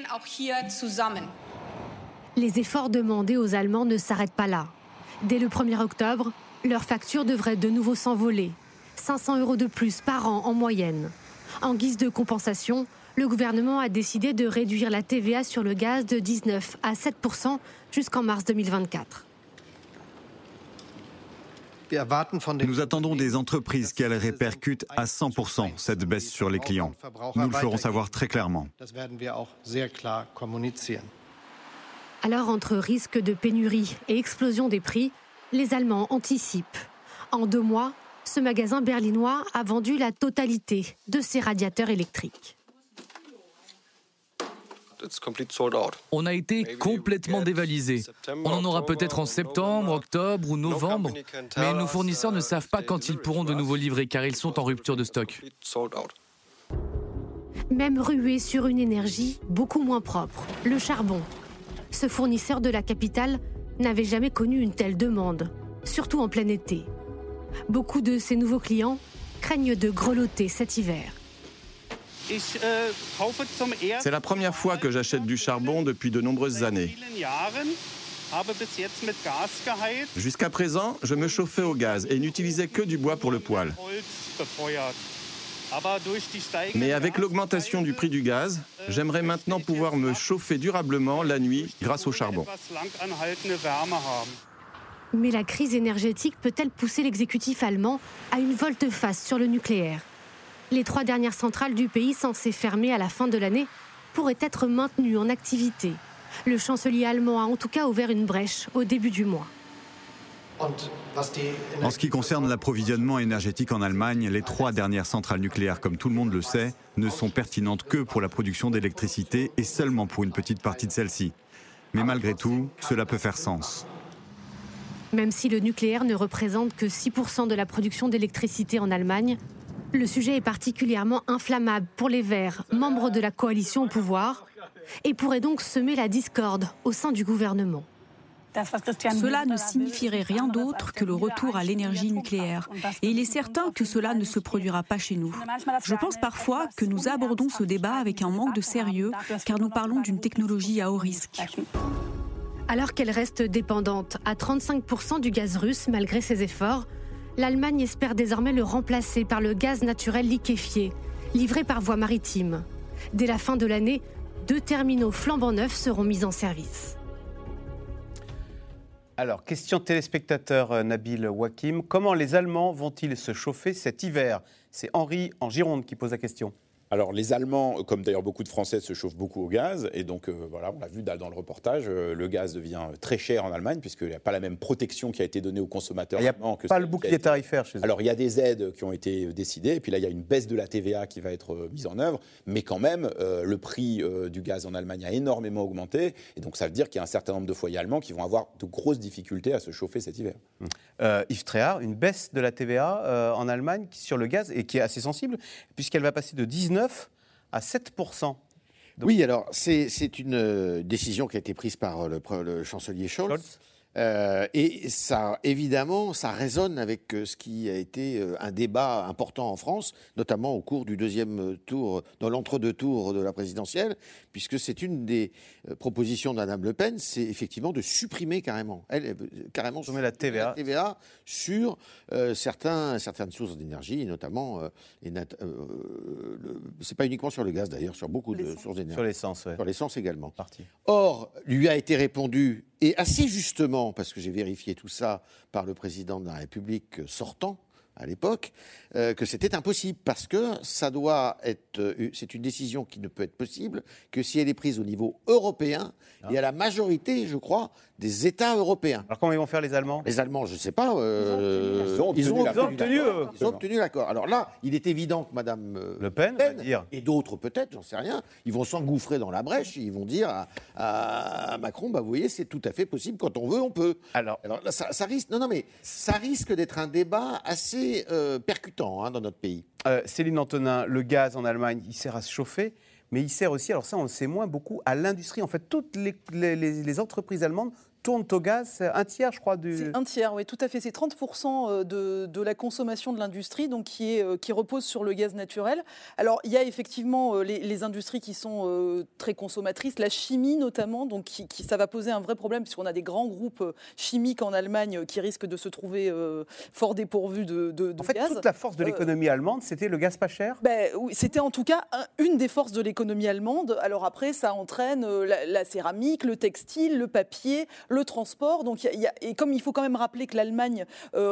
Les efforts demandés aux Allemands ne s'arrêtent pas là. Dès le 1er octobre, leur facture devrait de nouveau s'envoler. 500 € de plus par an en moyenne. En guise de compensation, le gouvernement a décidé de réduire la TVA sur le gaz de 19 à 7% jusqu'en mars 2024. Nous attendons des entreprises qu'elles répercutent à 100% cette baisse sur les clients. Nous le ferons savoir très clairement. Alors, entre risque de pénurie et explosion des prix, les Allemands anticipent. En 2 mois, ce magasin berlinois a vendu la totalité de ses radiateurs électriques. On a été complètement dévalisé. On en aura peut-être en septembre, octobre ou novembre, mais nos fournisseurs ne savent pas quand ils pourront de nouveau livrer car ils sont en rupture de stock. Même rué sur une énergie beaucoup moins propre, le charbon. Ce fournisseur de la capitale n'avait jamais connu une telle demande, surtout en plein été. Beaucoup de ses nouveaux clients craignent de grelotter cet hiver. C'est la première fois que j'achète du charbon depuis de nombreuses années. Jusqu'à présent, je me chauffais au gaz et n'utilisais que du bois pour le poêle. Mais avec l'augmentation du prix du gaz, j'aimerais maintenant pouvoir me chauffer durablement la nuit grâce au charbon. Mais la crise énergétique peut-elle pousser l'exécutif allemand à une volte-face sur le nucléaire ? Les 3 dernières centrales du pays censées fermer à la fin de l'année pourraient être maintenues en activité. Le chancelier allemand a en tout cas ouvert une brèche au début du mois. En ce qui concerne l'approvisionnement énergétique en Allemagne, les 3 dernières centrales nucléaires, comme tout le monde le sait, ne sont pertinentes que pour la production d'électricité et seulement pour une petite partie de celle-ci. Mais malgré tout, cela peut faire sens. Même si le nucléaire ne représente que 6% de la production d'électricité en Allemagne, le sujet est particulièrement inflammable pour les Verts, membres de la coalition au pouvoir, et pourrait donc semer la discorde au sein du gouvernement. Cela ne signifierait rien d'autre que le retour à l'énergie nucléaire. Et il est certain que cela ne se produira pas chez nous. Je pense parfois que nous abordons ce débat avec un manque de sérieux, car nous parlons d'une technologie à haut risque. Alors qu'elle reste dépendante à 35% du gaz russe malgré ses efforts, l'Allemagne espère désormais le remplacer par le gaz naturel liquéfié, livré par voie maritime. Dès la fin de l'année, 2 terminaux flambant neufs seront mis en service. Alors, question téléspectateur Nabil Wakim. Comment les Allemands vont-ils se chauffer cet hiver ? C'est Henri en Gironde qui pose la question. Alors les Allemands, comme d'ailleurs beaucoup de Français, se chauffent beaucoup au gaz. Et donc voilà, on l'a vu dans le reportage, le gaz devient très cher en Allemagne puisqu'il n'y a pas la même protection qui a été donnée aux consommateurs allemands. Il n'y a pas le bouclier tarifaire chez eux. Alors il y a des aides qui ont été décidées. Et puis là, il y a une baisse de la TVA qui va être mise en œuvre. Mais quand même, le prix du gaz en Allemagne a énormément augmenté. Et donc ça veut dire qu'il y a un certain nombre de foyers allemands qui vont avoir de grosses difficultés à se chauffer cet hiver. Yves Tréhard, une baisse de la TVA en Allemagne sur le gaz et qui est assez sensible puisqu'elle va passer de 19 à 7%. Donc... Oui, alors c'est une décision qui a été prise par le chancelier Scholz. Et ça, évidemment, ça résonne avec ce qui a été un débat important en France, notamment au cours du 2e tour, dans l'entre-deux tours de la présidentielle, puisque c'est une des propositions de Mme Le Pen, c'est effectivement de supprimer carrément la TVA sur certaines sources d'énergie, notamment, c'est pas uniquement sur le gaz d'ailleurs, sur beaucoup de sources d'énergie. Sur l'essence, oui. Sur l'essence également. Or, lui a été répondu, et assez justement, parce que j'ai vérifié tout ça par le président de la République sortant, à l'époque, que c'était impossible, parce que c'est une décision qui ne peut être possible que si elle est prise au niveau européen et à la majorité, je crois, des États européens. Alors comment ils vont faire les Allemands ? Les Allemands, je ne sais pas. Ils ont obtenu l'accord. Alors là, il est évident que Mme Le Pen et d'autres peut-être, j'en sais rien, ils vont s'engouffrer dans la brèche, ils vont dire à Macron, vous voyez, c'est tout à fait possible, quand on veut, on peut. Alors là, ça risque, ça risque d'être un débat assez percutant dans notre pays. Céline Antonin, le gaz en Allemagne, il sert à se chauffer, mais il sert aussi, alors ça on le sait moins, beaucoup à l'industrie. En fait, toutes les entreprises allemandes tournent au gaz, c'est un tiers, je crois. C'est un tiers, oui, tout à fait. C'est 30% de la consommation de l'industrie, donc qui repose sur le gaz naturel. Alors, il y a effectivement les industries qui sont très consommatrices, la chimie notamment, donc ça va poser un vrai problème, puisqu'on a des grands groupes chimiques en Allemagne qui risquent de se trouver fort dépourvus de gaz. En fait, toute la force de l'économie allemande, c'était le gaz pas cher ? Oui, c'était en tout cas une des forces de l'économie allemande. Alors après, ça entraîne la céramique, le textile, le papier, le transport. Donc, et comme il faut quand même rappeler que l'Allemagne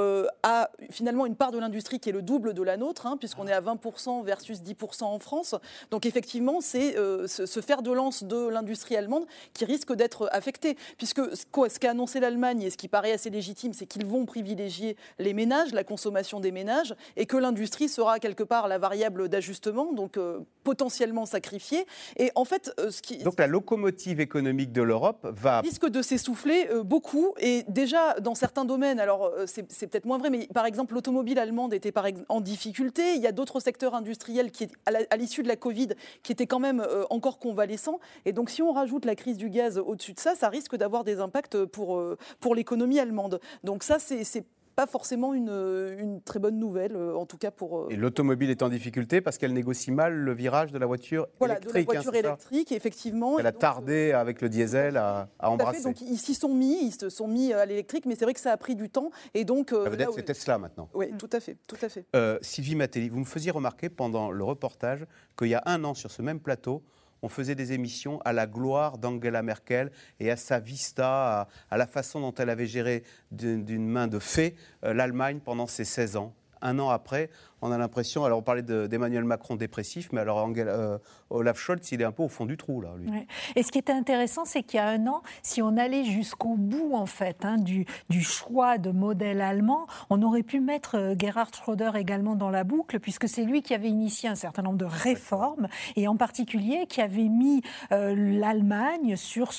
a finalement une part de l'industrie qui est le double de la nôtre, puisqu'on est à 20% versus 10% en France. Donc effectivement, c'est ce fer de lance de l'industrie allemande qui risque d'être affecté. Puisque ce qu'a annoncé l'Allemagne, et ce qui paraît assez légitime, c'est qu'ils vont privilégier les ménages, la consommation des ménages, et que l'industrie sera quelque part la variable d'ajustement, donc potentiellement sacrifiée. Et en fait, donc la locomotive économique de l'Europe risque de s'essouffler beaucoup. Et déjà, dans certains domaines, alors c'est peut-être moins vrai, mais par exemple, l'automobile allemande était en difficulté. Il y a d'autres secteurs industriels qui, à l'issue de la Covid, qui étaient quand même encore convalescents. Et donc, si on rajoute la crise du gaz au-dessus de ça, ça risque d'avoir des impacts pour l'économie allemande. Donc ça, c'est pas forcément une très bonne nouvelle, en tout cas pour... Et l'automobile est en difficulté parce qu'elle négocie mal le virage de la voiture électrique. De la voiture électrique, effectivement. Elle a tardé avec le diesel à embrasser. Donc ils s'y sont mis, à l'électrique, mais c'est vrai que ça a pris du temps. Et donc, la vedette, c'est Tesla maintenant. Oui, tout à fait. Sylvie Matelli, vous me faisiez remarquer pendant le reportage qu'il y a un an, sur ce même plateau, on faisait des émissions à la gloire d'Angela Merkel et à sa vista, à la façon dont elle avait géré d'une main de fée l'Allemagne pendant ses 16 ans. Un an après, on a l'impression, alors on parlait d'Emmanuel Macron dépressif, mais alors Olaf Scholz, il est un peu au fond du trou, là, lui. Ouais. Et ce qui était intéressant, c'est qu'il y a un an, si on allait jusqu'au bout, en fait, du choix de modèle allemand, on aurait pu mettre Gerhard Schröder également dans la boucle, puisque c'est lui qui avait initié un certain nombre de réformes, et en particulier qui avait mis l'Allemagne sur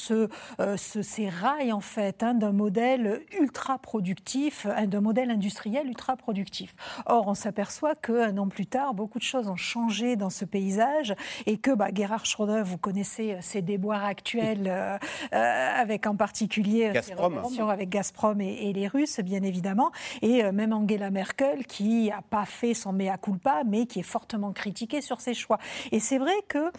ces rails, en fait, d'un modèle ultra productif, d'un modèle industriel ultra productif. Or, on s'aperçoit qu'un an plus tard, beaucoup de choses ont changé dans ce paysage et que Gerhard Schröder, vous connaissez ses déboires actuels avec en particulier ses relations avec Gazprom et les Russes, bien évidemment, et même Angela Merkel qui n'a pas fait son mea culpa, mais qui est fortement critiquée sur ses choix. Et c'est vrai que...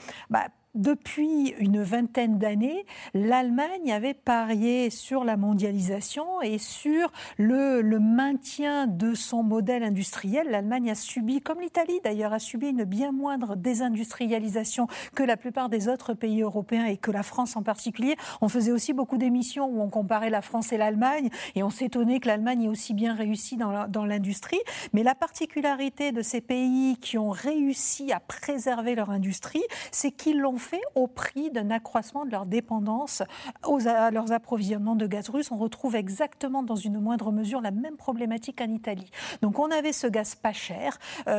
depuis une vingtaine d'années, l'Allemagne avait parié sur la mondialisation et sur le maintien de son modèle industriel. L'Allemagne a subi, comme l'Italie d'ailleurs, a subi une bien moindre désindustrialisation que la plupart des autres pays européens et que la France en particulier. On faisait aussi beaucoup d'émissions où on comparait la France et l'Allemagne et on s'étonnait que l'Allemagne ait aussi bien réussi dans l'industrie. Mais la particularité de ces pays qui ont réussi à préserver leur industrie, c'est qu'ils l'ont fait au prix d'un accroissement de leur dépendance à leurs approvisionnements de gaz russe. On retrouve exactement dans une moindre mesure la même problématique en Italie. Donc on avait ce gaz pas cher,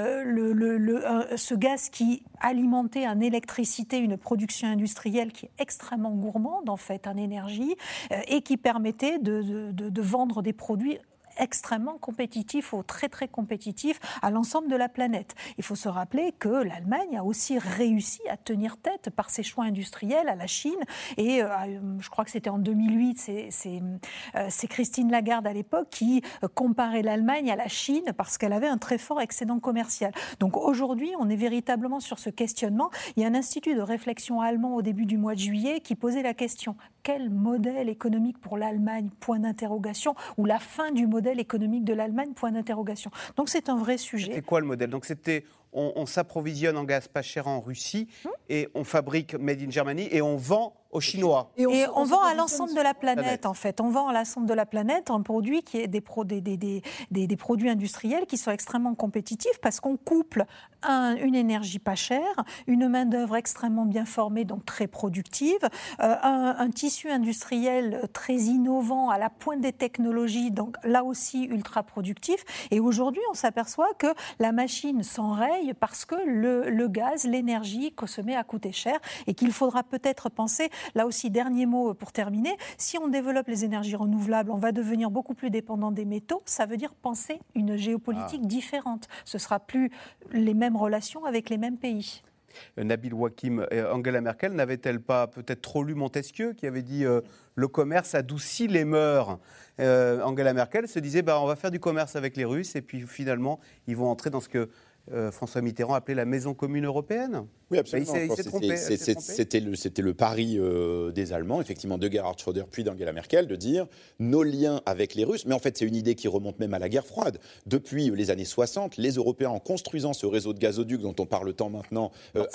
ce gaz qui alimentait en électricité une production industrielle qui est extrêmement gourmande en fait en énergie et qui permettait de vendre des produits extrêmement compétitif ou très très compétitif à l'ensemble de la planète. Il faut se rappeler que l'Allemagne a aussi réussi à tenir tête par ses choix industriels à la Chine et je crois que c'était en 2008, c'est Christine Lagarde à l'époque qui comparait l'Allemagne à la Chine parce qu'elle avait un très fort excédent commercial. Donc aujourd'hui, on est véritablement sur ce questionnement. Il y a un institut de réflexion allemand au début du mois de juillet qui posait la question: quel modèle économique pour l'Allemagne, point d'interrogation, ou la fin du modèle économique de l'Allemagne, point d'interrogation. Donc c'est un vrai sujet. C'était quoi le modèle? Donc c'était, on s'approvisionne en gaz pas cher en Russie et on fabrique Made in Germany et on vend aux Chinois. Et on vend à l'ensemble de la planète, en fait. On vend à l'ensemble de la planète un produit qui est des produits industriels qui sont extrêmement compétitifs parce qu'on couple une énergie pas chère, une main-d'œuvre extrêmement bien formée, donc très productive, un tissu industriel très innovant, à la pointe des technologies, donc là aussi ultra productif. Et aujourd'hui, on s'aperçoit que la machine s'enraye parce que le gaz, l'énergie se met à coûter cher et qu'il faudra peut-être penser. Là aussi, dernier mot pour terminer, si on développe les énergies renouvelables, on va devenir beaucoup plus dépendant des métaux. Ça veut dire penser une géopolitique différente. Ce ne sera plus les mêmes relations avec les mêmes pays. Nabil Wakim, Angela Merkel n'avait-elle pas peut-être trop lu Montesquieu qui avait dit le commerce adoucit les mœurs. Angela Merkel se disait on va faire du commerce avec les Russes et puis finalement ils vont entrer dans ce que François Mitterrand appelait la maison commune européenne. Oui, absolument. Il s'est trompé. C'était le pari des Allemands, effectivement, de Gerhard Schröder puis d'Angela Merkel, de dire nos liens avec les Russes. Mais en fait, c'est une idée qui remonte même à la guerre froide. Depuis les années 60, les Européens, en construisant ce réseau de gazoducs dont on parle tant maintenant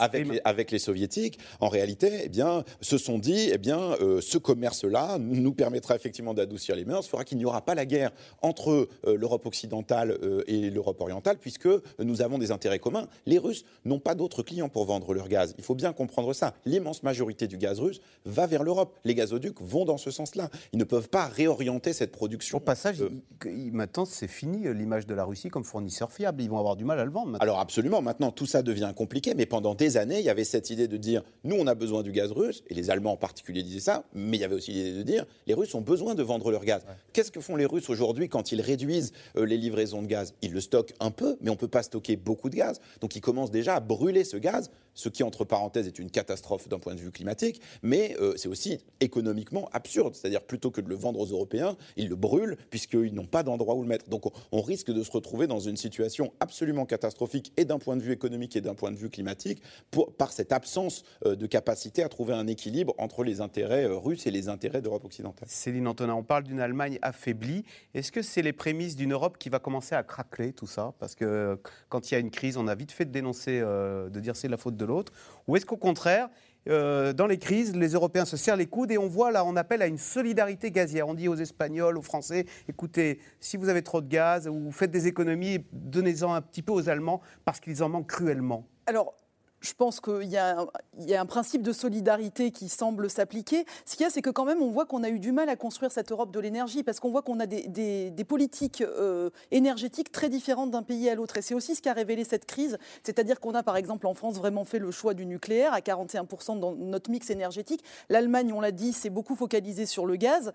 avec les Soviétiques, en réalité, se sont dit, ce commerce-là nous permettra effectivement d'adoucir les mœurs, fera qu'il n'y aura pas la guerre entre l'Europe occidentale et l'Europe orientale, puisque nous avons des intérêts communs. Les Russes n'ont pas d'autres clients pour vendre leur gaz. Il faut bien comprendre ça. L'immense majorité du gaz russe va vers l'Europe. Les gazoducs vont dans ce sens-là. Ils ne peuvent pas réorienter cette production. Au passage, maintenant, c'est fini l'image de la Russie comme fournisseur fiable. Ils vont avoir du mal à le vendre maintenant. Alors absolument. Maintenant, tout ça devient compliqué. Mais pendant des années, il y avait cette idée de dire nous, on a besoin du gaz russe. Et les Allemands en particulier disaient ça. Mais il y avait aussi l'idée de dire les Russes ont besoin de vendre leur gaz. Ouais. Qu'est-ce que font les Russes aujourd'hui quand ils réduisent les livraisons de gaz? Ils le stockent un peu, mais on ne peut pas stocker beaucoup de gaz. Donc ils commencent déjà à brûler ce gaz, ce qui, entre parenthèses, est une catastrophe d'un point de vue climatique, mais c'est aussi économiquement absurde. C'est-à-dire, plutôt que de le vendre aux Européens, ils le brûlent, puisqu'ils n'ont pas d'endroit où le mettre. Donc on risque de se retrouver dans une situation absolument catastrophique, et d'un point de vue économique et d'un point de vue climatique, par cette absence de capacité à trouver un équilibre entre les intérêts russes et les intérêts d'Europe occidentale. Céline Antonin, on parle d'une Allemagne affaiblie. Est-ce que c'est les prémices d'une Europe qui va commencer à craqueler, tout ça? Parce que quand il y a une crise, on a vite fait de dénoncer, de dire c'est la faute de l'autre. Ou est-ce qu'au contraire, dans les crises, les Européens se serrent les coudes et on voit là, on appelle à une solidarité gazière. On dit aux Espagnols, aux Français, écoutez, si vous avez trop de gaz, ou faites des économies, donnez-en un petit peu aux Allemands parce qu'ils en manquent cruellement. Alors, je pense qu'il y a un principe de solidarité qui semble s'appliquer. Ce qu'il y a, c'est que quand même, on voit qu'on a eu du mal à construire cette Europe de l'énergie, parce qu'on voit qu'on a des politiques énergétiques très différentes d'un pays à l'autre. Et c'est aussi ce qu'a révélé cette crise. C'est-à-dire qu'on a, par exemple, en France, vraiment fait le choix du nucléaire à 41% dans notre mix énergétique. L'Allemagne, on l'a dit, s'est beaucoup focalisée sur le gaz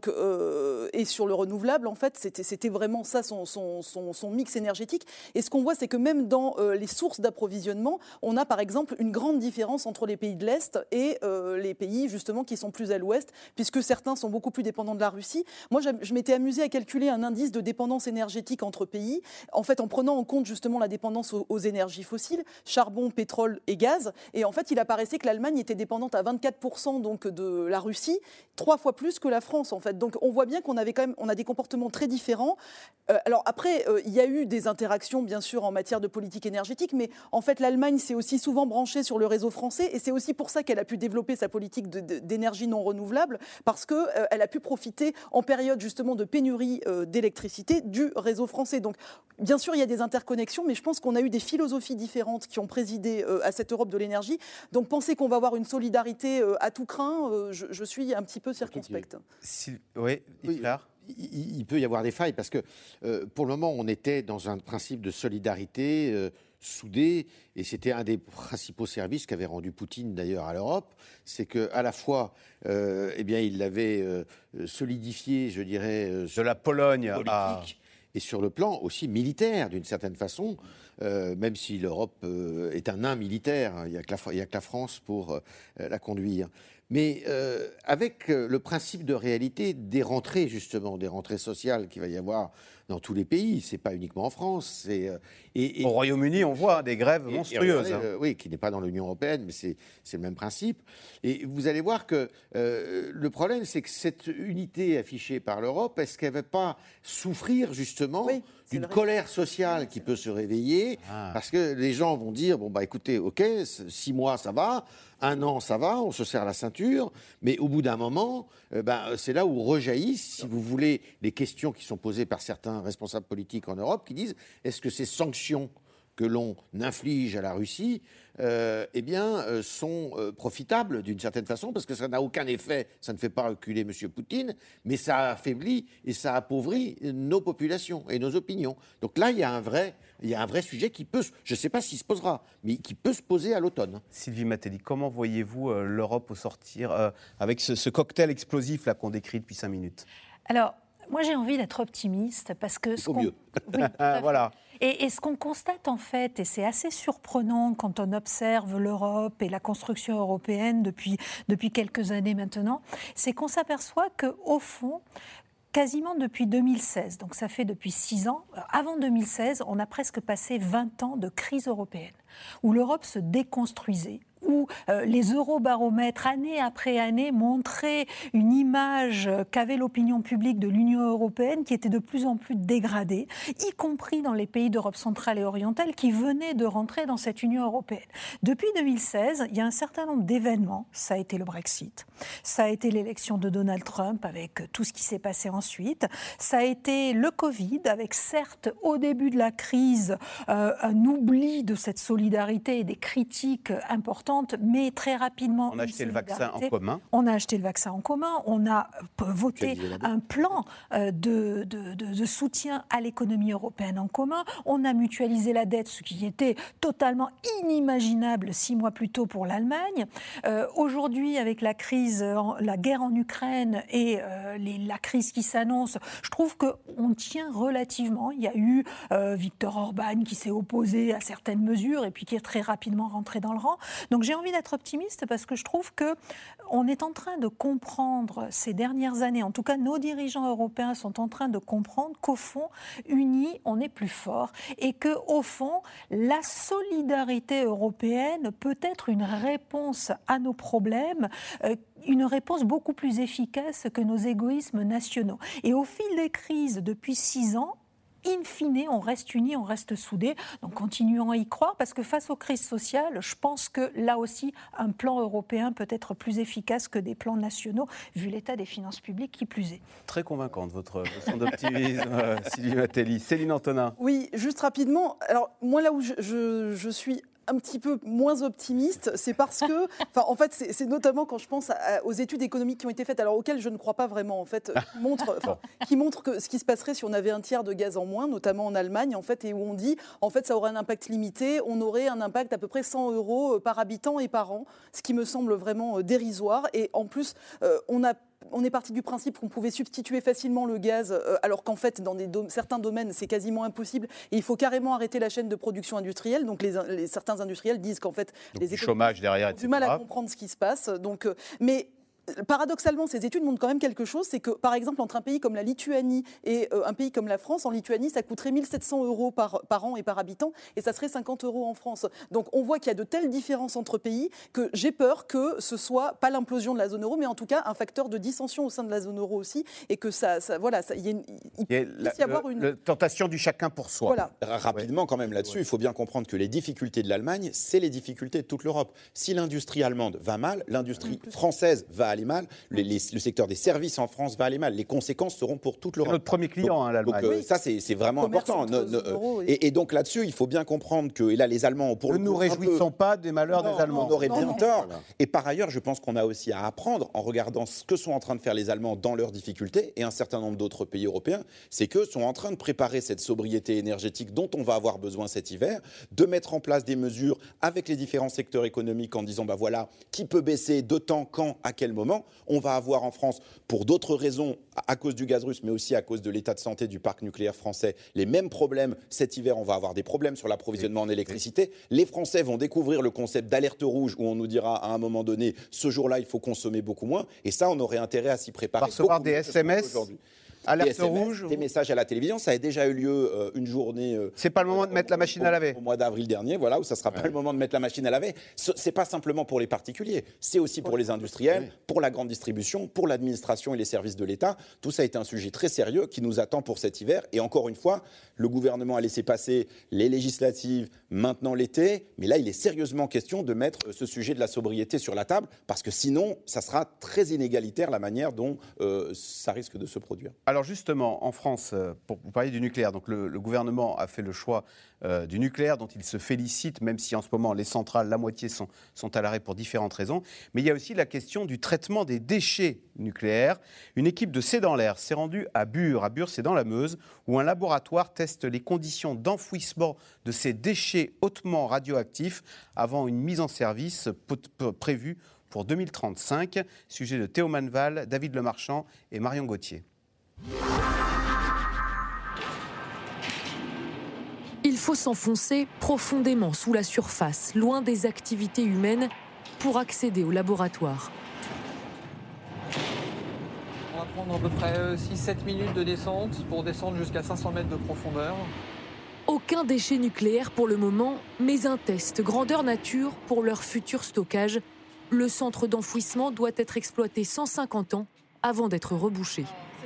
et sur le renouvelable. En fait, c'était vraiment ça, son mix énergétique. Et ce qu'on voit, c'est que même dans les sources d'approvisionnement, on a par exemple une grande différence entre les pays de l'Est et les pays justement qui sont plus à l'Ouest, puisque certains sont beaucoup plus dépendants de la Russie. Moi, je m'étais amusée à calculer un indice de dépendance énergétique entre pays, en fait en prenant en compte justement la dépendance aux énergies fossiles, charbon, pétrole et gaz. Et en fait, il apparaissait que l'Allemagne était dépendante à 24% donc de la Russie, 3 fois plus que la France en fait. Donc on voit bien qu'on avait quand même, on a des comportements très différents. Alors après, il y a eu des interactions bien sûr en matière de politique énergétique, mais en fait l'Allemagne c'est aussi souvent branchée sur le réseau français et c'est aussi pour ça qu'elle a pu développer sa politique d'énergie non renouvelable, parce qu'elle a pu profiter en période justement de pénurie d'électricité du réseau français. Donc bien sûr il y a des interconnexions, mais je pense qu'on a eu des philosophies différentes qui ont présidé à cette Europe de l'énergie. Donc penser qu'on va avoir une solidarité à tout crin, je suis un petit peu circonspecte. Oui, il peut y avoir des failles parce que pour le moment on était dans un principe de solidarité soudé, et c'était un des principaux services qu'avait rendu Poutine d'ailleurs à l'Europe, c'est qu'à la fois il l'avait solidifié, je dirais, de la Pologne politique, et sur le plan aussi militaire d'une certaine façon, même si l'Europe est un nain militaire, il n'y a que la France pour la conduire. Mais avec le principe de réalité des rentrées, justement, des rentrées sociales qu'il va y avoir dans tous les pays, c'est pas uniquement en France. Au Royaume-Uni, on voit des grèves monstrueuses. Oui, qui n'est pas dans l'Union européenne, mais c'est le même principe. Et vous allez voir que le problème, c'est que cette unité affichée par l'Europe, est-ce qu'elle ne va pas souffrir justement d'une colère sociale qui peut se réveiller, parce que les gens vont dire, bon bah écoutez, ok, 6 mois ça va, 1 an ça va, on se serre la ceinture, mais au bout d'un moment, c'est là où rejaillissent, si vous voulez, les questions qui sont posées par certains responsables politiques en Europe, qui disent, est-ce que ces sanctions que l'on inflige à la Russie sont profitables d'une certaine façon, parce que ça n'a aucun effet, ça ne fait pas reculer M. Poutine, mais ça affaiblit et ça appauvrit nos populations et nos opinions. Donc là, il y a un vrai sujet qui peut, je ne sais pas s'il se posera, mais qui peut se poser à l'automne. Sylvie Matelli, comment voyez-vous l'Europe au sortir avec ce cocktail explosif là qu'on décrit depuis 5 minutes? Alors, moi j'ai envie d'être optimiste parce que... mieux. Oui, voilà. Et ce qu'on constate en fait, et c'est assez surprenant quand on observe l'Europe et la construction européenne depuis quelques années maintenant, c'est qu'on s'aperçoit qu'au fond, quasiment depuis 2016, donc ça fait depuis 6 ans. Avant 2016, on a presque passé 20 ans de crise européenne, où l'Europe se déconstruisait, où les eurobaromètres, année après année, montraient une image qu'avait l'opinion publique de l'Union européenne qui était de plus en plus dégradée, y compris dans les pays d'Europe centrale et orientale qui venaient de rentrer dans cette Union européenne. Depuis 2016, il y a un certain nombre d'événements. Ça a été le Brexit, ça a été l'élection de Donald Trump avec tout ce qui s'est passé ensuite, ça a été le Covid avec certes au début de la crise un oubli de cette solidarité et des critiques importantes, mais très rapidement... On a acheté le vaccin en commun. On a acheté le vaccin en commun, on a voté un plan de soutien à l'économie européenne en commun, on a mutualisé la dette, ce qui était totalement inimaginable 6 mois plus tôt pour l'Allemagne. Aujourd'hui, avec la crise, la guerre en Ukraine et la crise qui s'annonce, je trouve qu'on tient relativement. Il y a eu Viktor Orban qui s'est opposé à certaines mesures et puis qui est très rapidement rentré dans le rang. Donc j'ai envie d'être optimiste parce que je trouve qu'on est en train de comprendre ces dernières années, en tout cas nos dirigeants européens sont en train de comprendre qu'au fond, unis, on est plus fort et qu'au fond, la solidarité européenne peut être une réponse à nos problèmes, une réponse beaucoup plus efficace que nos égoïsmes nationaux. Et au fil des crises depuis 6 ans, in fine, on reste unis, on reste soudés. Donc continuons à y croire parce que face aux crises sociales, je pense que là aussi, un plan européen peut être plus efficace que des plans nationaux, vu l'état des finances publiques qui plus est. Très convaincante votre leçon d'optimisme, Sylvie Matelli. Céline Antonin. Oui, juste rapidement. Alors moi, là où je suis un petit peu moins optimiste, c'est parce que, en fait, c'est notamment quand je pense aux études économiques qui ont été faites, alors auxquelles je ne crois pas vraiment, en fait, qui montrent que ce qui se passerait si on avait un tiers de gaz en moins, notamment en Allemagne, en fait, et où on dit, en fait, ça aurait un impact limité, on aurait un impact à peu près 100 € par habitant et par an, ce qui me semble vraiment dérisoire. Et en plus, on est parti du principe qu'on pouvait substituer facilement le gaz, alors qu'en fait, dans certains domaines, c'est quasiment impossible. Et il faut carrément arrêter la chaîne de production industrielle. Donc, certains industriels disent qu'en fait, donc, les chômage derrière, ont du mal à comprendre ce qui se passe. Donc, mais paradoxalement, ces études montrent quand même quelque chose, c'est que, par exemple, entre un pays comme la Lituanie et un pays comme la France, en Lituanie, ça coûterait 1 700 € par an et par habitant, et ça serait 50 € en France. Donc, on voit qu'il y a de telles différences entre pays que j'ai peur que ce soit pas l'implosion de la zone euro, mais en tout cas un facteur de dissension au sein de la zone euro aussi, et que il puisse y avoir une tentation du chacun pour soi. Voilà. Rapidement, quand même, là-dessus, il faut bien comprendre que les difficultés de l'Allemagne, c'est les difficultés de toute l'Europe. Si l'industrie allemande va mal, l'industrie française va aller mal, le secteur des services en France va aller mal. Les conséquences seront pour toute l'Europe. C'est notre premier client, l'Allemagne. Donc, ça, c'est vraiment important. Et donc là-dessus, il faut bien comprendre que, et là, les Allemands, pour ne nous réjouissons pas des malheurs des Allemands. On aurait bien tort. Voilà. Et par ailleurs, je pense qu'on a aussi à apprendre en regardant ce que sont en train de faire les Allemands dans leurs difficultés, et un certain nombre d'autres pays européens, c'est qu'eux sont en train de préparer cette sobriété énergétique dont on va avoir besoin cet hiver, de mettre en place des mesures avec les différents secteurs économiques en disant, voilà, qui peut baisser, de temps, quand, à quel moment. On va avoir en France, pour d'autres raisons, à cause du gaz russe, mais aussi à cause de l'état de santé du parc nucléaire français, les mêmes problèmes. Cet hiver, on va avoir des problèmes sur l'approvisionnement en électricité. Les Français vont découvrir le concept d'alerte rouge, où on nous dira à un moment donné, ce jour-là, il faut consommer beaucoup moins. Et ça, on aurait intérêt à s'y préparer. Recevoir des SMS alerte rouge, des messages à la télévision, ça a déjà eu lieu une journée. C'est pas le moment de mettre la machine à laver. Au mois d'avril dernier, voilà, où ça sera pas le moment de mettre la machine à laver. C'est pas simplement pour les particuliers, c'est aussi pour les industriels, pour la grande distribution, pour l'administration et les services de l'État. Tout ça est un sujet très sérieux qui nous attend pour cet hiver. Et encore une fois, le gouvernement a laissé passer les législatives, maintenant l'été, mais là, il est sérieusement question de mettre ce sujet de la sobriété sur la table, parce que sinon, ça sera très inégalitaire la manière dont ça risque de se produire. Alors justement, en France, pour vous parler du nucléaire, donc le gouvernement a fait le choix du nucléaire dont il se félicite, même si en ce moment les centrales, la moitié sont à l'arrêt pour différentes raisons. Mais il y a aussi la question du traitement des déchets nucléaires. Une équipe de C'est dans l'air s'est rendue à Bure. À Bure, c'est dans la Meuse, où un laboratoire teste les conditions d'enfouissement de ces déchets hautement radioactifs avant une mise en service prévue pour 2035. Sujet de Théo Manval, David Lemarchand et Marion Gauthier. Il faut s'enfoncer profondément sous la surface, loin des activités humaines, pour accéder au laboratoire. prendre à peu près 6-7 minutes de descente pour descendre jusqu'à 500 mètres de profondeur. Aucun déchet nucléaire pour le moment, mais un test grandeur nature pour leur futur stockage. Le centre d'enfouissement doit être exploité 150 ans avant d'être rebouché.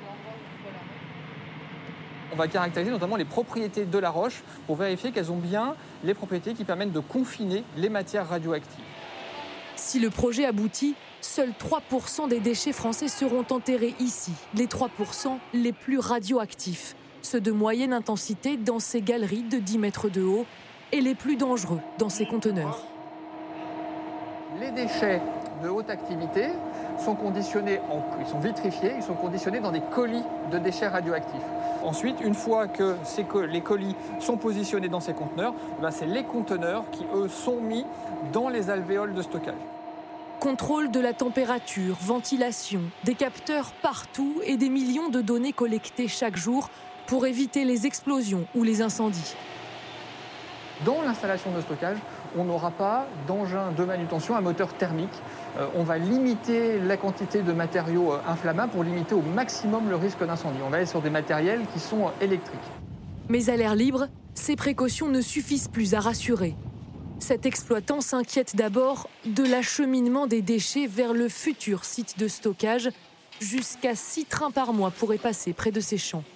On va caractériser notamment les propriétés de la roche pour vérifier qu'elles ont bien les propriétés qui permettent de confiner les matières radioactives. Si le projet aboutit, seuls 3% des déchets français seront enterrés ici, les 3% les plus radioactifs, ceux de moyenne intensité dans ces galeries de 10 mètres de haut et les plus dangereux dans ces conteneurs. Les déchets de haute activité sont conditionnés, ils sont vitrifiés, ils sont conditionnés dans des colis de déchets radioactifs. Ensuite, une fois que les colis sont positionnés dans ces conteneurs, c'est les conteneurs qui, eux, sont mis dans les alvéoles de stockage. Contrôle de la température, ventilation, des capteurs partout et des millions de données collectées chaque jour pour éviter les explosions ou les incendies. Dans l'installation de stockage, on n'aura pas d'engin de manutention à moteur thermique. On va limiter la quantité de matériaux inflammables pour limiter au maximum le risque d'incendie. On va aller sur des matériels qui sont électriques. Mais à l'air libre, ces précautions ne suffisent plus à rassurer. Cet exploitant s'inquiète d'abord de l'acheminement des déchets vers le futur site de stockage. Jusqu'à 6 trains par mois pourraient passer près de ces champs.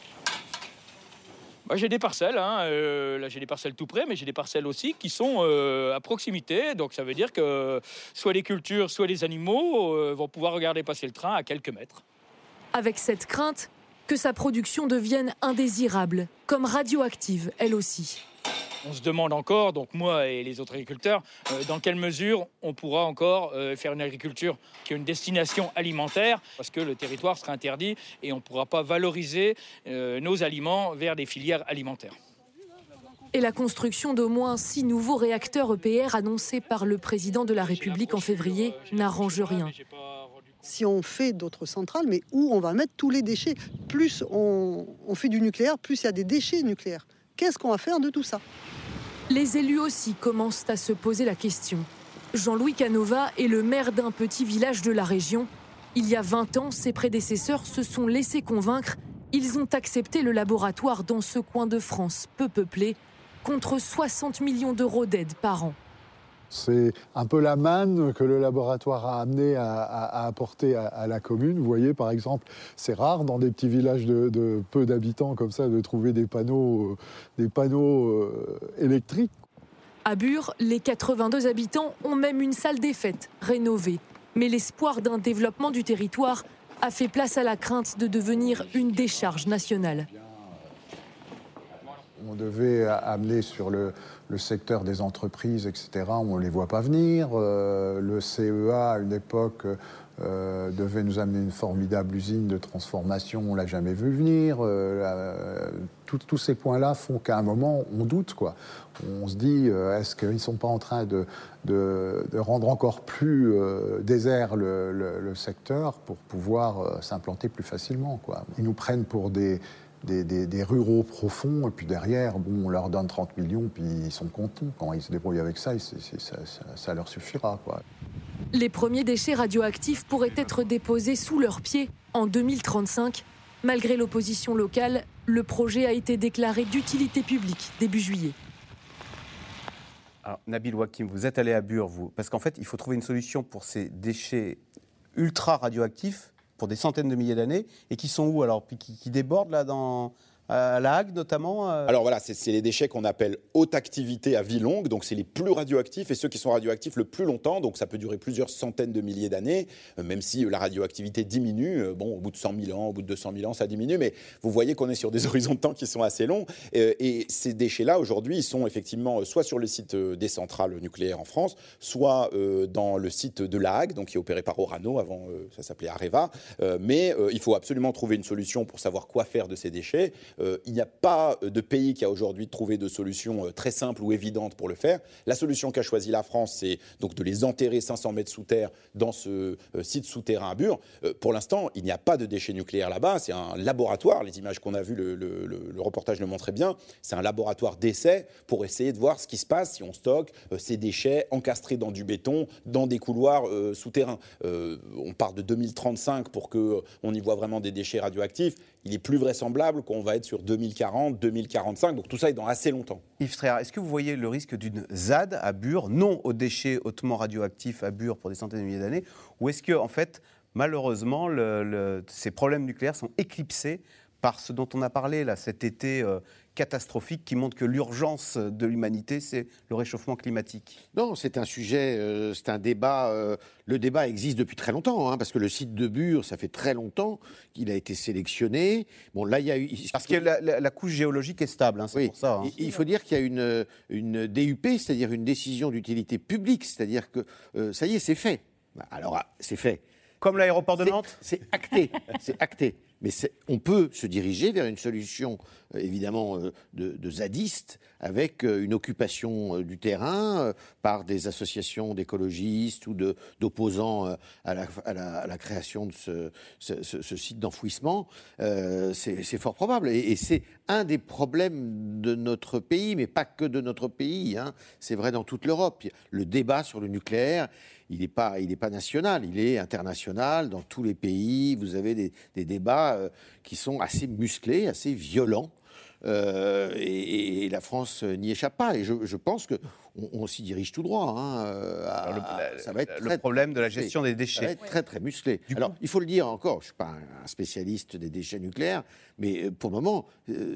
J'ai des parcelles, là j'ai des parcelles tout près, mais j'ai des parcelles aussi qui sont à proximité. Donc ça veut dire que soit les cultures, soit les animaux vont pouvoir regarder passer le train à quelques mètres. Avec cette crainte que sa production devienne indésirable, comme radioactive elle aussi. On se demande encore, donc moi et les autres agriculteurs, dans quelle mesure on pourra encore faire une agriculture qui a une destination alimentaire, parce que le territoire sera interdit et on ne pourra pas valoriser nos aliments vers des filières alimentaires. Et la construction d'au moins 6 nouveaux réacteurs EPR annoncés par le président de la République en février n'arrange rien. Si on fait d'autres centrales, mais où on va mettre tous les déchets? Plus on fait du nucléaire, plus il y a des déchets nucléaires. Qu'est-ce qu'on va faire de tout ça? Les élus aussi commencent à se poser la question. Jean-Louis Canova est le maire d'un petit village de la région. Il y a 20 ans, ses prédécesseurs se sont laissés convaincre. Ils ont accepté le laboratoire dans ce coin de France peu peuplé, contre 60 millions d'euros d'aide par an. C'est un peu la manne que le laboratoire a amené à apporter à la commune. Vous voyez, par exemple, c'est rare dans des petits villages de peu d'habitants comme ça de trouver des panneaux électriques. À Bure, les 82 habitants ont même une salle des fêtes rénovée. Mais l'espoir d'un développement du territoire a fait place à la crainte de devenir une décharge nationale. On devait amener sur le secteur des entreprises, etc. On ne les voit pas venir. Le CEA, à une époque, devait nous amener une formidable usine de transformation. On ne l'a jamais vu venir. Tous ces points-là font qu'à un moment, on doute, quoi. On se dit, est-ce qu'ils ne sont pas en train de rendre encore plus désert le secteur pour pouvoir s'implanter plus facilement, quoi. Ils nous prennent pour des ruraux profonds, et puis derrière, on leur donne 30 millions, puis ils sont contents. Quand ils se débrouillent avec ça, ça leur suffira, quoi. Les premiers déchets radioactifs pourraient être déposés sous leurs pieds en 2035. Malgré l'opposition locale, le projet a été déclaré d'utilité publique début juillet. Alors, Nabil Wakim, vous êtes allé à Bure, vous, parce qu'en fait, il faut trouver une solution pour ces déchets ultra radioactifs pour des centaines de milliers d'années, et qui sont où alors, qui débordent là à La Hague notamment Alors voilà, c'est les déchets qu'on appelle haute activité à vie longue, donc c'est les plus radioactifs et ceux qui sont radioactifs le plus longtemps, donc ça peut durer plusieurs centaines de milliers d'années, même si la radioactivité diminue, au bout de 100 000 ans, au bout de 200 000 ans, ça diminue, mais vous voyez qu'on est sur des horizons de temps qui sont assez longs, et ces déchets-là, aujourd'hui, ils sont effectivement soit sur le site des centrales nucléaires en France, soit dans le site de La Hague, donc qui est opéré par Orano, avant ça s'appelait Areva, mais il faut absolument trouver une solution pour savoir quoi faire de ces déchets. il n'y a pas de pays qui a aujourd'hui trouvé de solution très simple ou évidente pour le faire. La solution qu'a choisie la France, c'est donc de les enterrer 500 mètres sous terre dans ce site souterrain à Bure. Pour l'instant, il n'y a pas de déchets nucléaires là-bas. C'est un laboratoire. Les images qu'on a vues, le reportage le montrait bien. C'est un laboratoire d'essai pour essayer de voir ce qui se passe si on stocke ces déchets encastrés dans du béton, dans des couloirs souterrains. On part de 2035 pour qu'on y voit vraiment des déchets radioactifs. Il est plus vraisemblable qu'on va être sur 2040, 2045. Donc tout ça est dans assez longtemps. Yves Tréhard, est-ce que vous voyez le risque d'une ZAD à Bure, non aux déchets hautement radioactifs à Bure pour des centaines de milliers d'années, ou est-ce que, en fait, malheureusement, ces problèmes nucléaires sont éclipsés par ce dont on a parlé là, cet été catastrophique qui montre que l'urgence de l'humanité, c'est le réchauffement climatique? Non, c'est un sujet, c'est un débat. Le débat existe depuis très longtemps, parce que le site de Bure, ça fait très longtemps qu'il a été sélectionné. Bon, là, il y a eu... Parce que la couche géologique est stable, c'est pour ça. Il faut dire qu'il y a une DUP, c'est-à-dire une décision d'utilité publique, c'est-à-dire que ça y est, c'est fait. Alors, c'est fait. Comme l'aéroport de Nantes ? C'est acté, c'est acté. Mais on peut se diriger vers une solution, évidemment, de zadistes, avec une occupation du terrain par des associations d'écologistes ou d'opposants à la création de ce site d'enfouissement. C'est fort probable. Et c'est un des problèmes de notre pays, mais pas que de notre pays. C'est vrai dans toute l'Europe. Le débat sur le nucléaire, il n'est pas national, il est international. Dans tous les pays, vous avez des débats qui sont assez musclés, assez violents. Et la France n'y échappe pas. Et je pense qu'on s'y dirige tout droit. Ça va être le problème de la gestion des déchets. Ça va être très, très musclé. Alors, il faut le dire encore, je ne suis pas un spécialiste des déchets nucléaires, mais pour le moment,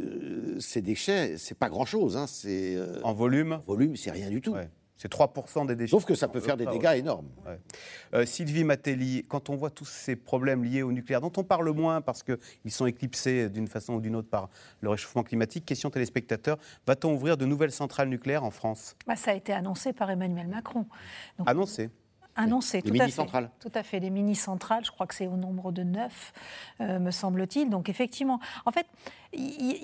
ces déchets, ce n'est pas grand-chose. En volume ? En volume, c'est rien du tout. Ouais. C'est 3% des déchets. Sauf que ça peut faire des dégâts énormes. Ouais. Sylvie Matelli, quand on voit tous ces problèmes liés au nucléaire, dont on parle moins parce qu'ils sont éclipsés d'une façon ou d'une autre par le réchauffement climatique, question téléspectateurs, va-t-on ouvrir de nouvelles centrales nucléaires en France ? Ça a été annoncé par Emmanuel Macron. Donc, Annoncé, tout à fait. Tout à fait, des mini-centrales, je crois que c'est au nombre de 9, me semble-t-il. Donc effectivement, en fait, il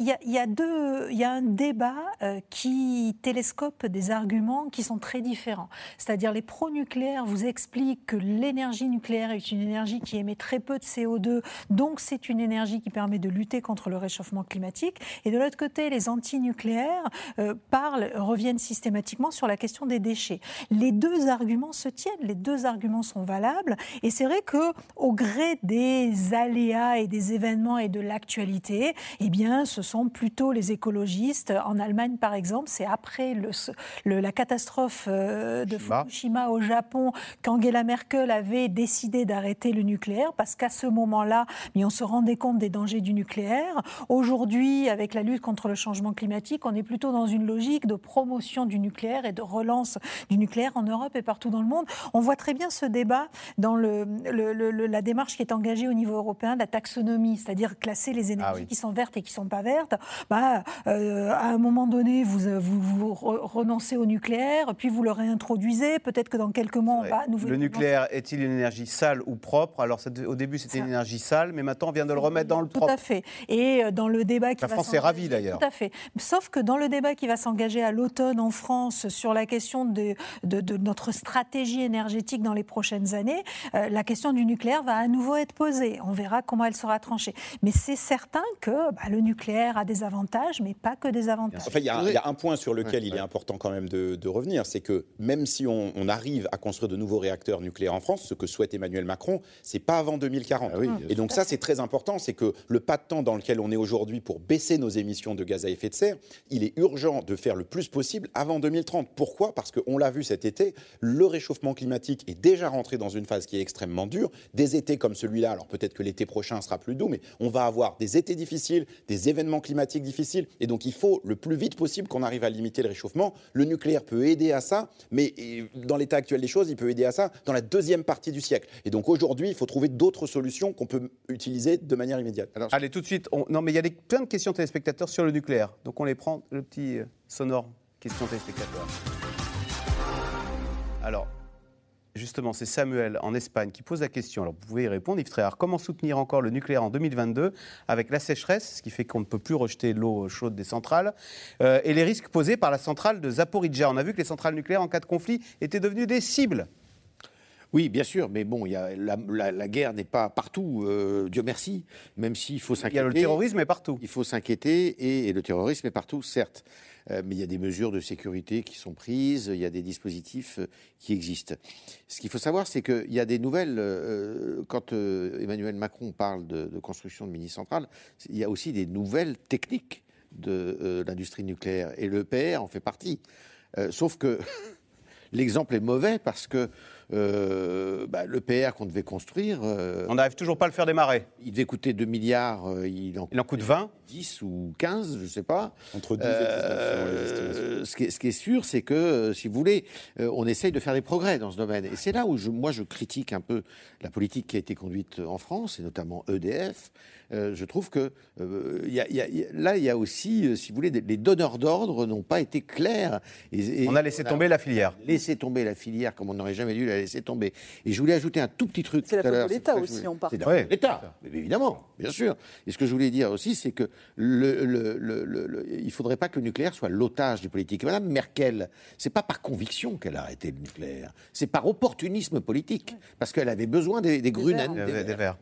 y a un débat qui télescope des arguments qui sont très différents. C'est-à-dire les pro-nucléaires vous expliquent que l'énergie nucléaire est une énergie qui émet très peu de CO2, donc c'est une énergie qui permet de lutter contre le réchauffement climatique. Et de l'autre côté, les anti-nucléaires reviennent systématiquement sur la question des déchets. Les deux arguments se tiennent, les deux arguments sont valables. Et c'est vrai qu'au gré des aléas et des événements et de l'actualité, ce sont plutôt les écologistes. En Allemagne, par exemple, c'est après la catastrophe de Fukushima au Japon qu'Angela Merkel avait décidé d'arrêter le nucléaire, parce qu'à ce moment-là, on se rendait compte des dangers du nucléaire. Aujourd'hui, avec la lutte contre le changement climatique, on est plutôt dans une logique de promotion du nucléaire et de relance du nucléaire en Europe et partout dans le monde. On voit très bien ce débat dans la démarche qui est engagée au niveau européen de la taxonomie, c'est-à-dire classer les énergies qui sont vertes et qui ne sont pas vertes. À un moment donné, vous renoncez au nucléaire, puis vous le réintroduisez. Peut-être que dans quelques mois, on va à nouveau... Le nucléaire est-il une énergie sale ou propre ? Alors, au début, c'était une énergie sale, mais maintenant, on vient de le remettre dans le propre. Tout à fait. Et dans le débat qui la France est ravie, d'ailleurs. Tout à fait. Sauf que dans le débat qui va s'engager à l'automne en France sur la question de notre stratégie énergétique dans les prochaines années, la question du nucléaire va à nouveau être posée. On verra comment elle sera tranchée. Mais c'est certain que le nucléaire a des avantages, mais pas que des avantages. Enfin, il y a un point sur lequel il est important quand même de revenir, c'est que même si on arrive à construire de nouveaux réacteurs nucléaires en France, ce que souhaite Emmanuel Macron, c'est pas avant 2040. Et donc ça, c'est très important, c'est que le pas de temps dans lequel on est aujourd'hui pour baisser nos émissions de gaz à effet de serre, il est urgent de faire le plus possible avant 2030. Pourquoi ? Parce qu'on l'a vu cet été, le réchauffement climatique est déjà rentré dans une phase qui est extrêmement dure. Des étés comme celui-là, alors peut-être que l'été prochain sera plus doux, mais on va avoir des étés difficiles, des événements climatiques difficiles, et donc il faut le plus vite possible qu'on arrive à limiter le réchauffement. Le nucléaire peut aider à ça, mais dans l'état actuel des choses, il peut aider à ça dans la deuxième partie du siècle. Et donc aujourd'hui, il faut trouver d'autres solutions qu'on peut utiliser de manière immédiate. Allez, tout de suite, non mais il y a plein de questions téléspectateurs sur le nucléaire, donc on les prend, le petit sonore, questions téléspectateurs. Alors, justement, c'est Samuel en Espagne qui pose la question. Alors vous pouvez y répondre, Yves Tréhard. Comment soutenir encore le nucléaire en 2022 avec la sécheresse, ce qui fait qu'on ne peut plus rejeter l'eau chaude des centrales, et les risques posés par la centrale de Zaporijjia? On a vu que les centrales nucléaires en cas de conflit étaient devenues des cibles. Oui, bien sûr, mais bon, la guerre n'est pas partout, Dieu merci, même s'il faut s'inquiéter. Il y a le terrorisme est partout. Il faut s'inquiéter, et le terrorisme est partout, certes. Mais il y a des mesures de sécurité qui sont prises, il y a des dispositifs qui existent. Ce qu'il faut savoir, c'est qu'il y a des nouvelles... quand Emmanuel Macron parle de construction de mini-centrales, il y a aussi des nouvelles techniques de l'industrie nucléaire, et l'EPR en fait partie. Sauf que l'exemple est mauvais parce que l'EPR qu'on devait construire... on n'arrive toujours pas à le faire démarrer. Il devait coûter 2 milliards, il en coûte 20 10 ou 15, je ne sais pas. Entre 12 et 19, ce qui est sûr, c'est que, si vous voulez, on essaye de faire des progrès dans ce domaine. Et c'est là où moi je critique un peu la politique qui a été conduite en France, et notamment EDF. Je trouve que là, il y a aussi, si vous voulez, les donneurs d'ordre n'ont pas été clairs. On a laissé tomber la filière. Laissé tomber la filière comme on n'aurait jamais dû la laisser tomber. Et je voulais ajouter un tout petit truc tout à l'heure. C'est la faute de l'État aussi, en partie. C'est la faute de l'État, évidemment, bien sûr. Et ce que je voulais dire aussi, c'est que il ne faudrait pas que le nucléaire soit l'otage du politique. Madame Merkel, c'est pas par conviction qu'elle a arrêté le nucléaire, c'est par opportunisme politique, parce qu'elle avait besoin des Grünen, des Verts.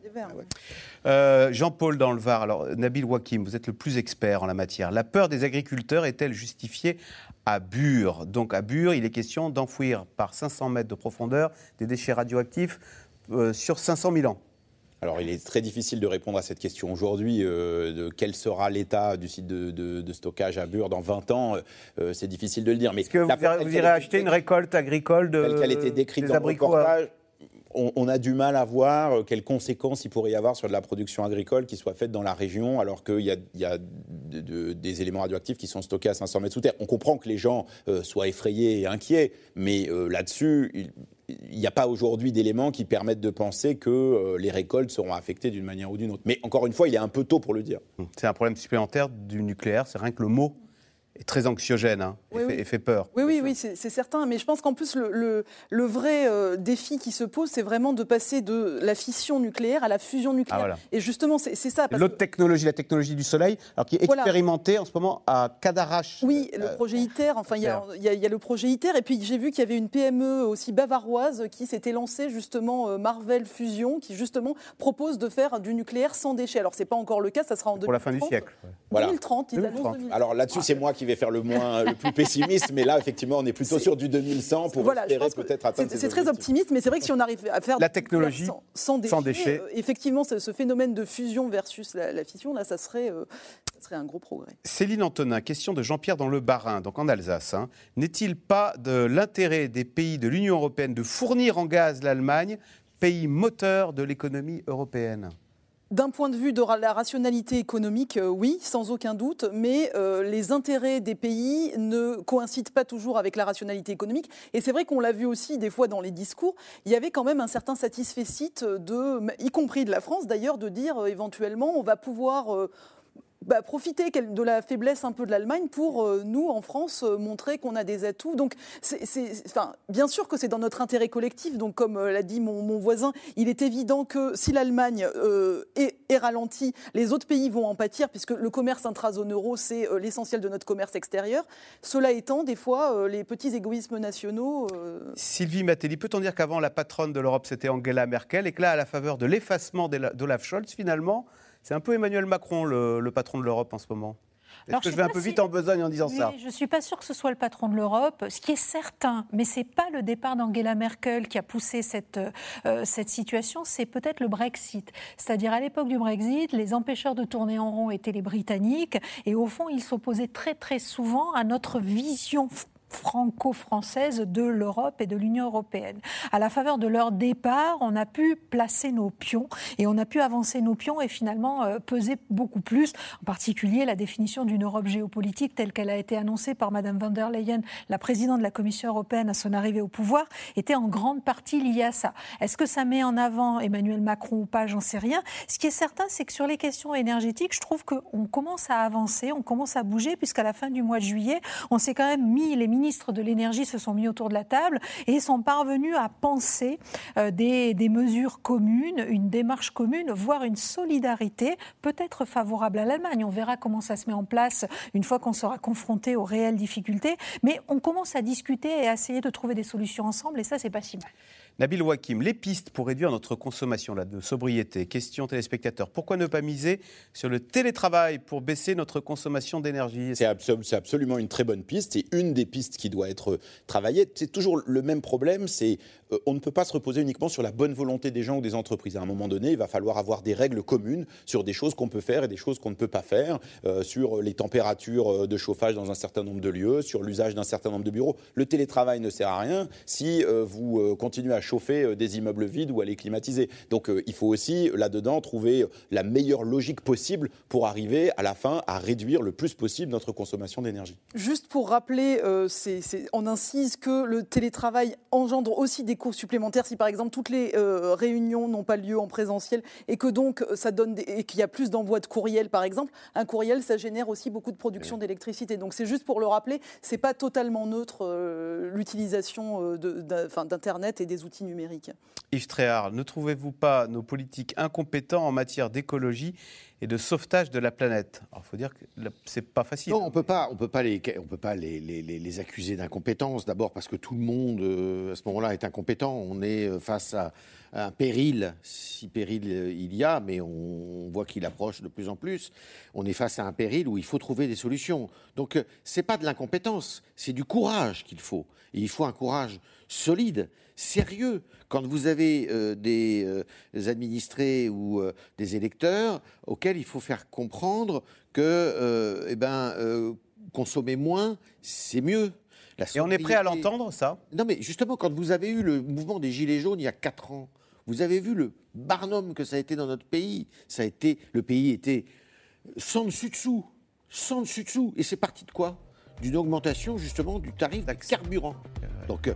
Ouais. Jean-Paul dans le Var. Alors, Nabil Wakim, vous êtes le plus expert en la matière. La peur des agriculteurs est-elle justifiée à Bure? Donc, à Bure, il est question d'enfouir par 500 mètres de profondeur des déchets radioactifs sur 500 000 ans. Alors, il est très difficile de répondre à cette question aujourd'hui. De quel sera l'état du site de stockage à Bure dans 20 ans? C'est difficile de le dire. Mais est-ce que vous irez acheter une récolte agricole telle qu'elle a été décrite dans le reportage? On a du mal à voir quelles conséquences il pourrait y avoir sur de la production agricole qui soit faite dans la région, alors qu'il y a des éléments radioactifs qui sont stockés à 500 mètres sous terre. On comprend que les gens soient effrayés et inquiets, mais là-dessus, il n'y a pas aujourd'hui d'éléments qui permettent de penser que les récoltes seront affectées d'une manière ou d'une autre. Mais encore une fois, il est un peu tôt pour le dire. C'est un problème supplémentaire du nucléaire, c'est rien que le mot est très anxiogène et fait peur. Oui, c'est certain. Mais je pense qu'en plus, le vrai défi qui se pose, c'est vraiment de passer de la fission nucléaire à la fusion nucléaire. Voilà. Et justement, c'est ça. L'autre technologie, la technologie du Soleil, alors qui est expérimentée en ce moment à Cadarache. Oui, le projet ITER. Enfin, il y a le projet ITER. Et puis, j'ai vu qu'il y avait une PME aussi bavaroise qui s'était lancée, justement, Marvel Fusion, qui, justement, propose de faire du nucléaire sans déchets. Alors, ce n'est pas encore le cas, ça sera en 2030. Pour la fin du siècle. Voilà. 2030, ils annoncent 2030. Alors là-dessus, c'est moi qui vais faire le plus pessimiste, mais là, effectivement, on est plutôt sur du 2100 pour espérer peut-être atteindre ces C'est très optimiste, mais c'est vrai que si on arrive à faire la technologie sans déchets. Effectivement, ce phénomène de fusion versus la fission, là, ça serait un gros progrès. Céline Antonin, question de Jean-Pierre dans le Bas-Rhin, donc en Alsace. N'est-il pas de l'intérêt des pays de l'Union européenne de fournir en gaz l'Allemagne, pays moteur de l'économie européenne ? D'un point de vue de la rationalité économique, oui, sans aucun doute, mais les intérêts des pays ne coïncident pas toujours avec la rationalité économique. Et c'est vrai qu'on l'a vu aussi des fois dans les discours, il y avait quand même un certain satisfecit, y compris de la France d'ailleurs, de dire éventuellement on va pouvoir... profiter de la faiblesse un peu de l'Allemagne pour nous, en France, montrer qu'on a des atouts. Donc, bien sûr que c'est dans notre intérêt collectif. Donc, comme l'a dit mon voisin, il est évident que si l'Allemagne est ralentie, les autres pays vont en pâtir, puisque le commerce intra-zone euro, c'est l'essentiel de notre commerce extérieur. Cela étant, des fois, les petits égoïsmes nationaux... Sylvie Matelli, peut-on dire qu'avant, la patronne de l'Europe, c'était Angela Merkel, et que là, à la faveur de l'effacement d'Olaf Scholz, finalement... C'est un peu Emmanuel Macron, le patron de l'Europe en ce moment. Est-ce que je vais un peu vite en besogne en disant ça? Je ne suis pas sûre que ce soit le patron de l'Europe. Ce qui est certain, mais ce n'est pas le départ d'Angela Merkel qui a poussé cette situation, c'est peut-être le Brexit. C'est-à-dire, à l'époque du Brexit, les empêcheurs de tourner en rond étaient les Britanniques. Et au fond, ils s'opposaient très, très souvent à notre vision franco-française de l'Europe et de l'Union européenne. À la faveur de leur départ, on a pu placer nos pions et on a pu avancer nos pions et finalement peser beaucoup plus, en particulier la définition d'une Europe géopolitique telle qu'elle a été annoncée par Mme von der Leyen, la présidente de la Commission européenne à son arrivée au pouvoir, était en grande partie liée à ça. Est-ce que ça met en avant Emmanuel Macron ou pas? J'en sais rien. Ce qui est certain, c'est que sur les questions énergétiques, je trouve qu'on commence à avancer, on commence à bouger, puisqu'à la fin du mois de juillet, on s'est quand même mis les ministres ministres de l'énergie se sont mis autour de la table et sont parvenus à penser des mesures communes, une démarche commune, voire une solidarité peut-être favorable à l'Allemagne. On verra comment ça se met en place une fois qu'on sera confronté aux réelles difficultés. Mais on commence à discuter et à essayer de trouver des solutions ensemble et ça, c'est pas si mal. Nabil Wakim, les pistes pour réduire notre consommation de sobriété. Question téléspectateurs. Pourquoi ne pas miser sur le télétravail pour baisser notre consommation d'énergie ? C'est absolument une très bonne piste. C'est une des pistes qui doit être travaillée. C'est toujours le même problème, c'est on ne peut pas se reposer uniquement sur la bonne volonté des gens ou des entreprises. À un moment donné, il va falloir avoir des règles communes sur des choses qu'on peut faire et des choses qu'on ne peut pas faire, sur les températures de chauffage dans un certain nombre de lieux, sur l'usage d'un certain nombre de bureaux. Le télétravail ne sert à rien si vous continuez à chauffer des immeubles vides ou à les climatiser. Donc il faut aussi, là-dedans, trouver la meilleure logique possible pour arriver, à la fin, à réduire le plus possible notre consommation d'énergie. Juste pour rappeler, on insiste que le télétravail engendre aussi des coûts supplémentaires si, par exemple, toutes les réunions n'ont pas lieu en présentiel et que donc ça donne et qu'il y a plus d'envoi de courriel, par exemple. Un courriel, ça génère aussi beaucoup de production d'électricité. Donc c'est juste pour le rappeler, c'est pas totalement neutre l'utilisation d'Internet et des outils numériques. Yves Tréhard, ne trouvez-vous pas nos politiques incompétents en matière d'écologie et de sauvetage de la planète ? Alors, il faut dire que c'est pas facile. Non, on peut pas les accuser d'incompétence. D'abord parce que tout le monde, à ce moment-là, est incompétent. On est face à un péril, si péril il y a, mais on voit qu'il approche de plus en plus. On est face à un péril où il faut trouver des solutions. Donc, c'est pas de l'incompétence, c'est du courage qu'il faut. Et il faut un courage solide, sérieux. Quand vous avez des administrés ou des électeurs auxquels il faut faire comprendre que consommer moins, c'est mieux. Et on est prêt à l'entendre, ça ? Non, mais justement, quand vous avez eu le mouvement des Gilets jaunes il y a 4 ans, vous avez vu le barnum que ça a été dans notre pays. Le pays était sans dessus-dessous. Et c'est parti de quoi ? D'une augmentation, justement, du tarif du carburant. Donc,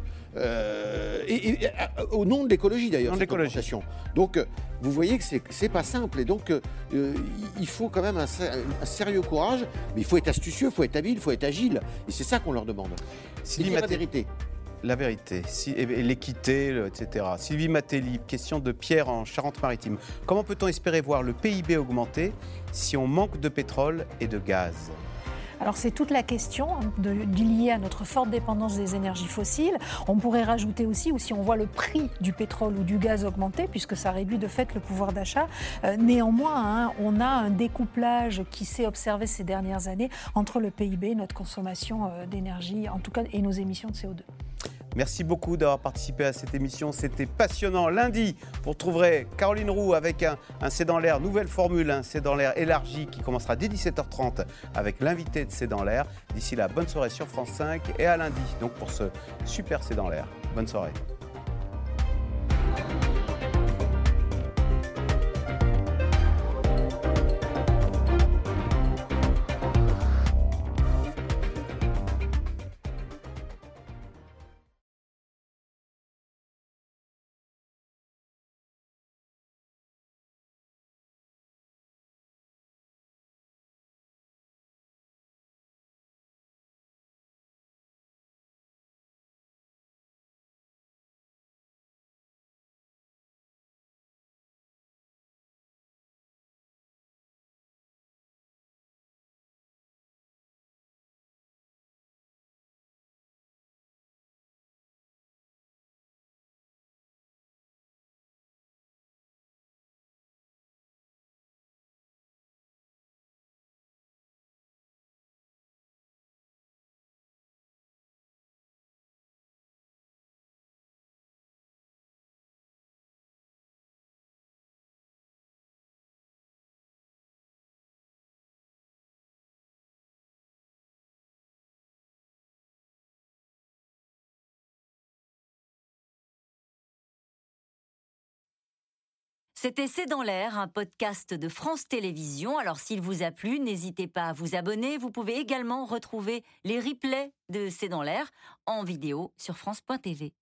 au nom de l'écologie, d'ailleurs, cette augmentation. Donc, vous voyez que c'est pas simple. Et donc, il faut quand même un sérieux courage. Mais il faut être astucieux, il faut être habile, il faut être agile. Et c'est ça qu'on leur demande. C'est la vérité. La vérité, l'équité, etc. Sylvie Matteli, question de Pierre en Charente-Maritime. Comment peut-on espérer voir le PIB augmenter si on manque de pétrole et de gaz ? Alors c'est toute la question liée à notre forte dépendance des énergies fossiles. On pourrait rajouter aussi, ou si on voit le prix du pétrole ou du gaz augmenter, puisque ça réduit de fait le pouvoir d'achat. Néanmoins, on a un découplage qui s'est observé ces dernières années entre le PIB, notre consommation d'énergie, en tout cas, et nos émissions de CO2. Merci beaucoup d'avoir participé à cette émission, c'était passionnant. Lundi, vous retrouverez Caroline Roux avec un C'est dans l'air, nouvelle formule, un C'est dans l'air élargi qui commencera dès 17h30 avec l'invité de C'est dans l'air. D'ici là, bonne soirée sur France 5 et à lundi, donc pour ce super C'est dans l'air. Bonne soirée. C'était C'est dans l'air, un podcast de France Télévisions. Alors s'il vous a plu, n'hésitez pas à vous abonner. Vous pouvez également retrouver les replays de C'est dans l'air en vidéo sur France.tv.